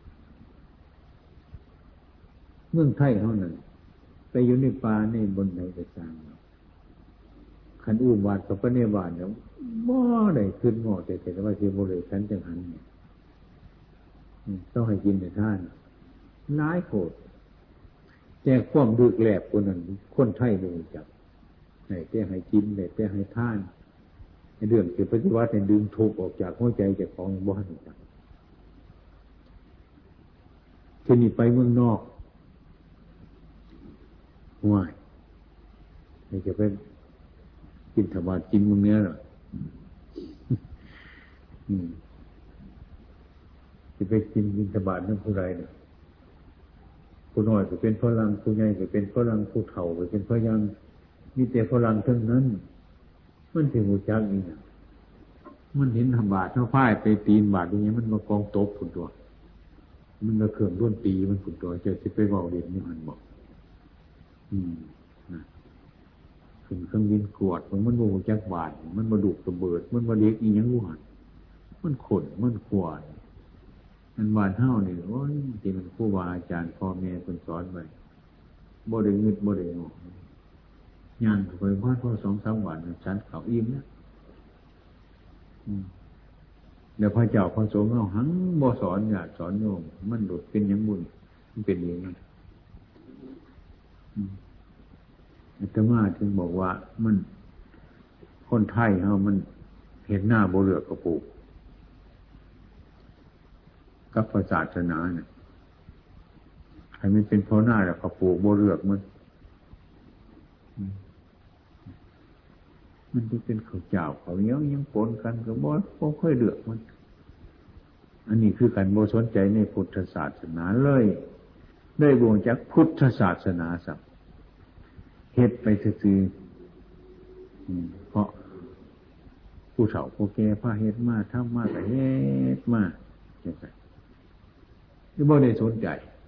เมืองไทยเขานั่นไปอยู่ในป่าในบนไหนก็สร้างขันอุบาทกับพระเนบาทเนี่ยบ่ได้ขึ้นหม้อแต่แต่ว่าที่บริษัทจังหันเนี่ยต้องให้กินในท่านร้ายโกรธแต่ความดึกแหลบคนนั้นคนไทยไม่รู้จักไหนแต่ให้กินไหนแต่ให้ท่านในเรื่องเกี่ยวกับปฏิวัติในดึงทุกข์ออกจากหัวใจจากของบ้านต่างทีนี้ไปเมืองนอกห่วยนี่จะไปกินธรรมะกินมึงเนี้ยหรอจะไปกินบิณฑบาตนั่นผู้ใดเนี่ยผู้น้อยก็เป็นฝรั่งผู้ใหญ่ก็เป็นฝรั่งผู้เฒ่าก็เป็นฝรั่งมีแต่ฝรั่งทั้งนั้นมันถึงหูจักนี่นะมันเห็นธรรมบาตเท่าฝ้ายไปตีนบาตอย่างนี้มันมากองตบผุนตัวมันมาเครื่องร่วนตีมันผุนตัวจะจะไปบอกเด็กนี่มันบอกอืมนะขึ้นเครื่องบินกวดมันมันโมจักบาทมันมาดุกระเบิดมันมาเล็กอีหยังวะมันขนมันขวานมันบานเท่านี่โอ้ยจริงมันครูบาอาจารย์พ่อแม่คนสอนไปบ่ได้เงึดบ่ได้งองานไปบ้านพ่อสองสามวันฉันเขาอิ่มนะเดี๋ยวพระเจ้าพระสงฆ์เอาหังบ่สอนอยากสอนโยมมันหลุดเป็นยังบุญมันเป็นอย่างนั้นอาตมาถึงบอกว่ามันคนไทยเขามันเห็นหน้าบ่เลือกกระปูกกับศาสนาเนี่ยใครไม่เป็นพ่อหน้าแล้วกระปูกบ่เลือกมันมันจะเป็นข้าวเจ้าข้าวเหนียวยังปนกันกับบ่บ่ค่อยเลือกมันอันนี้คือการบ่สนใจในพุทธศาสนาเลยได้บ่งจากพุทธศาสนาสักเฮ็ดไปซื่อๆเพราะผู้เฒ่าผู้แก่พาเฮ็ดมาทำมาก็เฮ็ดมาจังซั่นนี่บ่ได้สนใจ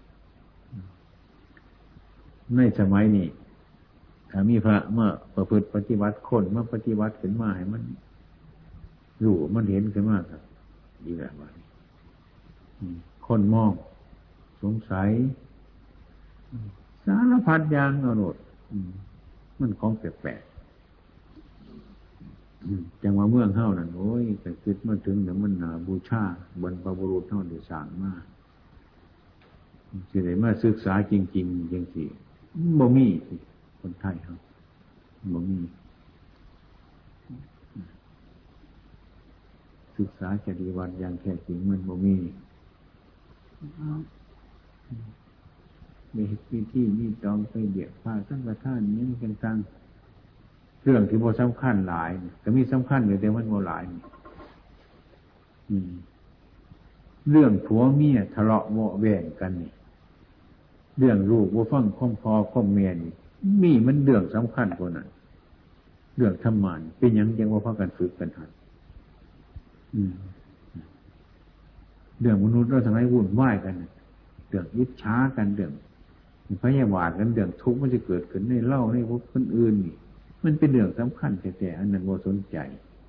ในสมัยนี้ถ้ามีพระมาประพฤติปฏิบัติคนมาปฏิบัติขึ้นมาให้มันรู้มันเห็นขึ้นมาครับดีแล้วว่าคนมองสงสัยสารพัดอย่างเอาโนดมันของแปลกๆจังว่าเมืองเฮานั่นโอ้ยแต่คิดมาถึงเดี๋ยวมันน่าบูชาบรรพบุรุษเฮาได้สร้างมาสิได้มาศึกษาจริงๆจังซี่บ่มีคนไทยเฮาบ่มีศึกษาจริยวัตรอย่างแท้จริงมันบ่มีมีวิธีมีตองไปเบียดพาสังฆทานนี้กันต่างเรื่องที่บ่สำคัญหลายก็มีสำคัญอยู่แต่มันบ่หลายอืมเรื่องผัวเมียทะเลาะเบาะแว้งกันนี่เรื่องลูกบ่ฟังข้อมพอข้อมเมียนี่มีมันเรื่องสำคัญกว่านั้นเรื่องธรรมะเป็นหยังจังว่าพากันฝึกกันหัดอืมเรื่องมนุษย์เราทั้งหลายวุ่นวายกันเรื่องอิจฉากันเรื่องพยาบาทกันเรื่องทุกข์มันจะเกิดขึ้นในเล่าในพวกคนอื่นนี่มันเป็นเรื่องสำคัญแต่อันนั้นบ่สนใจ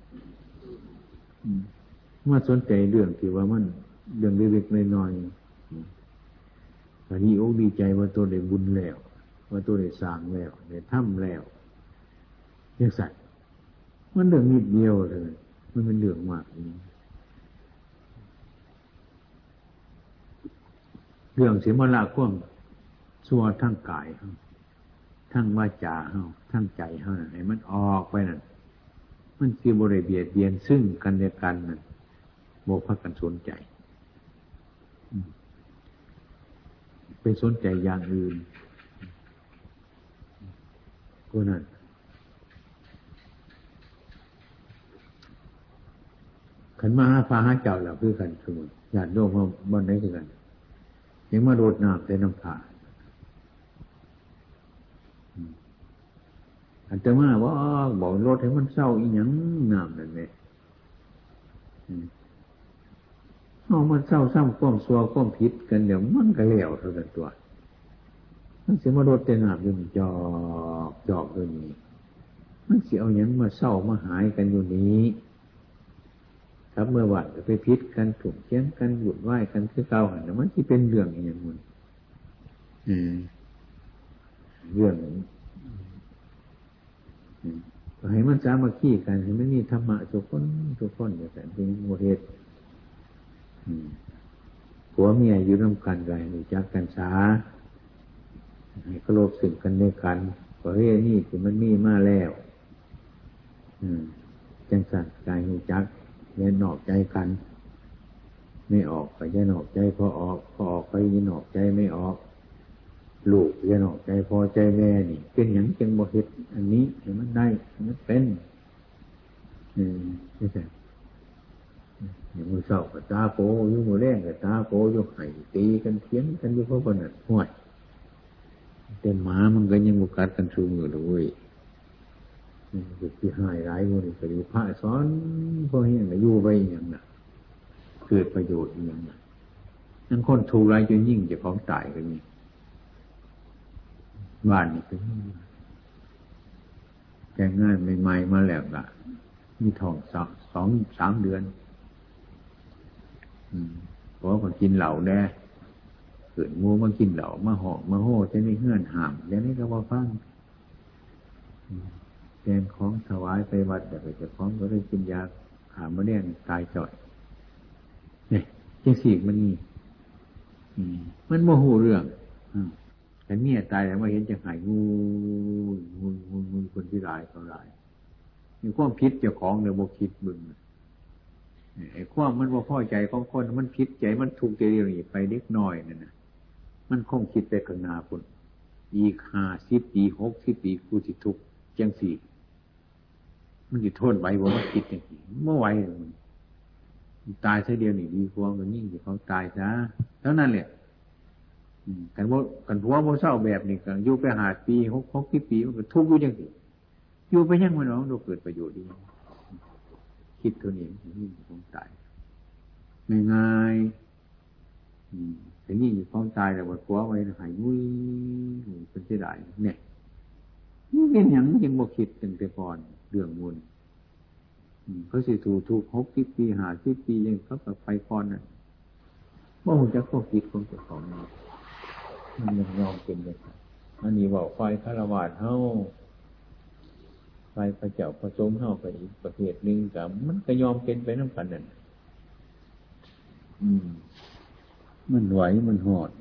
เมื่อสนใจเรื่องที่ว่ามันเรื่องเล็กๆน้อยๆอันนี้โอ้ดีใจว่าตัวได้บุญแล้วว่าตัวได้สร้างแล้วได้ทำแล้วยังสัตว์มันเรื่องนิดเดียวเลยมันเป็นเรื่องมากเรื่องเสียมละความชั่วทั้งกายทั้งวาจาทั้งใจเฮานั่นให้มันออกไปนั่นมันสิบ่ได้เบียดเบียนซึ่งกันและกันนั่นบ่พากันสนใจไปสนใจอย่างอื่นก็นั่นขันมาหาฟ้าหาเจ้าแล้วคือกันสมมุติญาติโยมเฮาบ่ได้คือกันยังมาโดดน้ำใส่น้ำผ้าอันแต่มาว่าบอกรถให้มันเศร้าอีหยังน้ำนั่นแหละเอามันเศร้าซ้ำความซัวความผิดกันเดี๋ยวมันก็แล้วเท่านั้นตัวมันเสียมาโดดแต่น้ำอยู่จอกจอกอยู่นี่มันเสียเอาหยังมาเศร้ามาหายกันอยู่นี้ครับเมื่อวานก็ไปพิษกันถูกเชียงกันหยุดไหว้กันคือเก่าหันมันที่เป็นเรื่องอย่างมันเรื่องให้มันสามัคคีกันให้มันมีธรรมะทุกคนทุกคนอย่างนั้นเป็นโมเดลผัวเมียอยู่ร่วมกันกันรู้จักกันช้าให้เคารพซึ่งกันและกันประเภทนี้ที่มันมีมาแล้วจังสันกายรู้จักเรียนนอกใจกันไม่ออกไปจะนอกใจพอออกพอออกไปจะนอกใจไม่ออกลูกจะนอกใจพอใจแม่นี่เป็นอย่างจังบ่เฮ็ดอันนี้ให้มันได้มันเป็นอืมไม่ใช่อย่างมือเศร้ากับตาโปอยู่มือแรงกับตาโปอยู่ไห้ตีกันเถียงกันอยู่เพราะว่านั่นห่วยแต่หมามันก็ยังบุกัดกันชูมือเลยคือที่หายร้ายมันก็ดีพระสอนพวกนี้ก็อยู่ไปอย่างนั้นเกิดประโยชน์อย่างนั้นนั่นคนถูกร้ายจนยิ่งจะของตายก็มีบ้านนี่คือแก่ง่ายใหม่ๆมาแล้วล่ะมีท้องสองสองสามเดือนเพราะว่ากินเหล้าแน่เกิดงูมากินเหล้ามาหอกมาโห่จะไม่เฮื่อนห่ามอย่างนี้ก็ว่าฟังแกนของถวายไปวัดแต่ไปจะของก็ได้กินยาหามมาเลี้ยงตายจ่อยเนี่ยจังสีมันนี่มันโมโหเรื่องแต่เนี่ยตายแล้วมาเห็นจะหายงูงูงูงูคนที่ร้ายเขาร้ายมีความคิดเจ้าของเดี๋ยวโมคิดบึงไอ้ความมันว่าพ่อใจของคนมันคิดใจมันถูกใจเรื่องนี้ไปเล็กน้อยนั่นนะมันคงคิดไปข้างหน้าคนอีกห้าสิบปีหกสิบปีกูสิทุกจังสี่มันจะโทษไว้ว่ามันคิดอย่างนี้เมื่อไหร่มันตายซะเดียวนี่ดีกว่ามันยิ่งจะเขาตายซะเท่านั้นแหละกันว่ากันผัวโมเศร้าแบบนี้กันอยู่ไปหาปีหกหกสิบปีมันก็ทุกข์อยู่จังสี่อยู่ไปยังมันน้องเราเกิดประโยชน์ดีคิดตัวนี้ยิ่งจะเขาตายง่ายๆแต่ยิ่งจะเขาตายแต่ว่าผัวไว้หายมุ้ยเป็นเสียดายเนี่ยนี่เป็นอย่างยังบ่คิดตั้งแต่ก่อนเรื่องมูลเขาสิถูกถูกหกสิบปีหาสิบปียังเขากับไฟก่อนน่ะว่าผมจะควบคิดของเจ้าของมันยังยอมเป็นเลยอันนี้บอกไฟฆราวาสเฮาไฟพระเจ้าผสมเฮาไปอีกประเภทหนึ่งกับมันก็ยอมเป็นไปน้ำกันนั่นอืมมันไหวมันหอด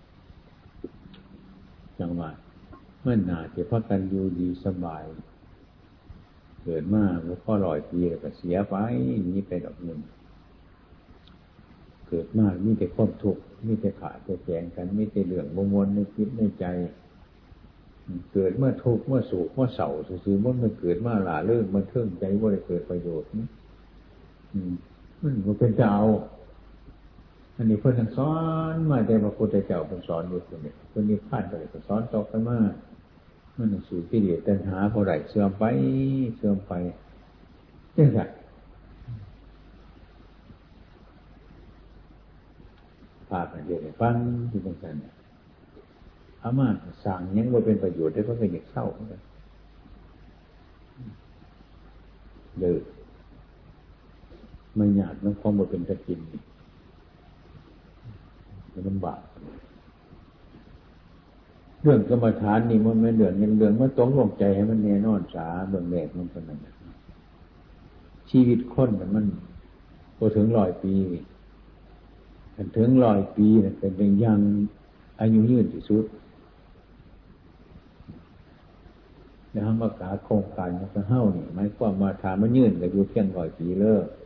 จังหวะเมื่อหนาจะพักกันอยู่ดีสบายเกิดมาแล้วก็ลอยปีแล้วก็เสียไปนี้ไปดอกหนึ่งกิดมามีแต่ความทุกข์มีแต่ขาดแต่แจงกันมีแต่เรื่องมวนในคิดในใจเกิดเมื่อทุกข์เมื่อสุขเมื่อเศร้าซื่อๆมันไม่เกิดมาหล่าเริงมันเทิงใจว่าได้เกิดประโยชน์นี่มันก็เป็นเจ้าอันนี้เพิ่นสอนมาแต่พระพุทธเจ้าเพิ่นสอนอยู่คนนี้เพิ่นนิพพานไปก็สอนต่อกันมามันสู่กิเลสตัณหาบ่ได้เสื่อมไปเสื่อมไปจังซั่นภาพอันเดียวกันฟังที่จังซั่นอามาสร้างยังบ่เป็นประโยชน์ได้เพิ่นก็อยากเศร้าเหมือนกันเด้อไม่ยากนำความบ่เป็นตะกินมันลำบากเรื่องกรรมฐานนี่มันไม่เดือดเงินเดือนมันต้องลงใจให้มันแน่นอนสาเบื้องแรกมันเป็นนั่นชีวิตคนมันพอถึงร้อยปีถึงร้อยปีเป็นเป็นยังอายุยืนที่สุดแล้วทำประกาศโครงการของเฮ้านี่หมายความมาถามมันยืนก็อยู่เพียงร้อยปีเลิก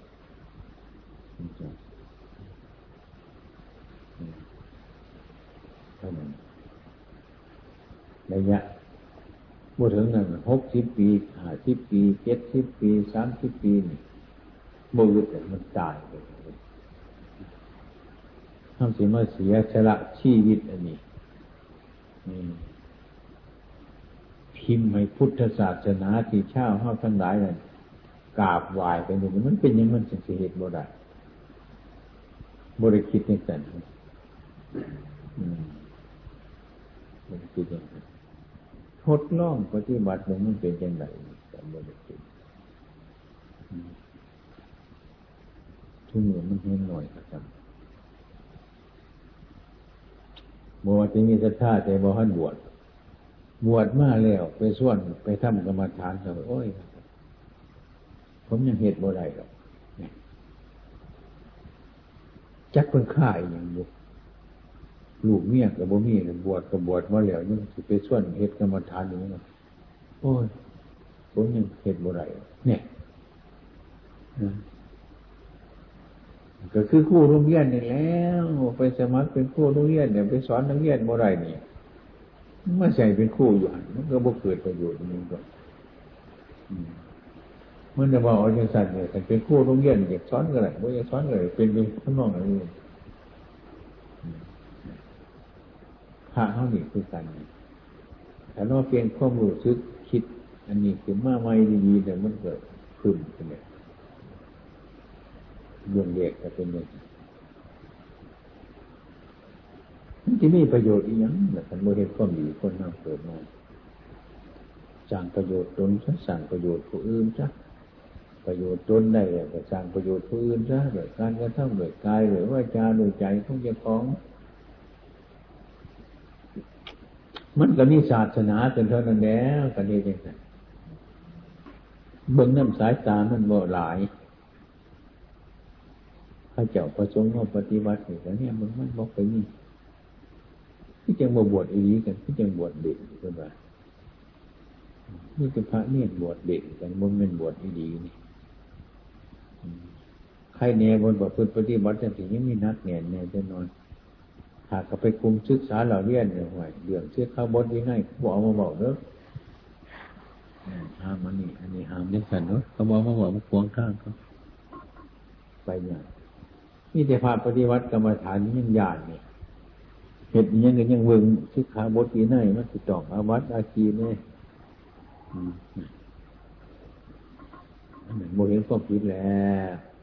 เท่านั้นระยะบ่ถึงนั้นหกสิบปีห้าสิบปีเจ็ดสิบปีสามสิบปีนี่บ่อึดมันตายไปทำสิมาเสียสละชีวิตอันนี้พิมพ์ให้พุทธศาสนาที่ชาวเฮาทั้งหลายนั่นกราบไหว้ไปนี่มันเป็นอย่างมันสิเฮ็ดบ่ได้บ่ได้คิดจังซั่นอืมบ่ได้คิดจังซั่นทดลองปฏิบัติมันเป็นจังได๋ก็บ่ได้คิดทุกมื้อมันเห็นหน่อยก็จำบ่ว่าสิมีศรัทธาแต่บ่ทันบวชบวชมาแล้วไปส่วนไปทำกรรมฐานก็โอ้ยผมยังเฮ็ดบ่ได้หรอกจักเพิ่นฆ่าอีหยังอยู่ลูกเมียก็บ่มีบวชก็บวชมาแล้วยังสิไปส่วนเฮ็ดกรรมฐานอยู่นั่นโอ้ยผมยังเฮ็ดบ่ได้เนี่ยก็คือครูโรงเรียนนี่แล้วไปสมัครเป็นครูโรงเรียนเนี่ยไปสอนนักเรียนบ่ได้นี่มาใส่เป็นครูอยู่หั่นมันก็บ่เกิดประโยชน์มันก็มันจะว่าเอาจังซั่นเนี่ยถ้าเป็นครูโรงเรียนอยากสอนก็ได้บ่อยากสอนก็ได้เป็นเป็นทำนองนั้นนี่พระเฮานี่คือกันถ้าเราเปลี่ยนความรู้สึกคิดอันนี้ขึ้นมาใหม่ดีๆแต่มันเกิดขึ้นขึ้นเนี่ยเรื่องเด็กก็เป็นอย่างนี้มันจะมีประโยชน์อีหยังแต่ท่านบ่เฮ็ดความดีคนนำเกิดมาสร้างประโยชน์ตนซะสร้างประโยชน์ผู้อื่นซะประโยชน์ตนได้แล้วก็สร้างประโยชน์ผู้อื่นซะด้วยการกระทำด้วยกายด้วยวาจาด้วยใจของเจ้าของมันก็มีศาสนาเป็นเท่านั้นแล้วก็เฮ็ดจังซั่นเบิ่งน้ำสายตามันบ่หลายพระเจ้าประสงค์มาปฏิบัตินี่ก็เนี่ยมันมันบ่ไปนี่ที่จังบ่บวชอีหลีกันที่จังบวชเด็กเพิ่นว่านี่คือพระเนรบวชเด็กกันบ่แม่นบวชอีหลีนี่ใครแน่บนบ่พึ่งปฏิบัติจังซี่ยังมีนักแน่นแน่จะนอนหากก็ไปคุมศึกษาเหล่าเรียนเนี่ยห่วยเรื่องเชื่อข้าวบดยังไงบ่เอามาบอกเด้อห้ามมันนี่อันนี้ห้ามจังซั่นเนาะเขาบอกมาบอกบ่ขวางทางเขาไปอย่างนี่แต่พาปฏิวัติกรรมฐานนี่ยังยากนี่เฮ็ดยังก็ยังเบิ่งสิกขาบทวินัยมันสิต้องอาวัตอาคีแน่อืมอันนั้นบ่เห็นความผิดแล้ว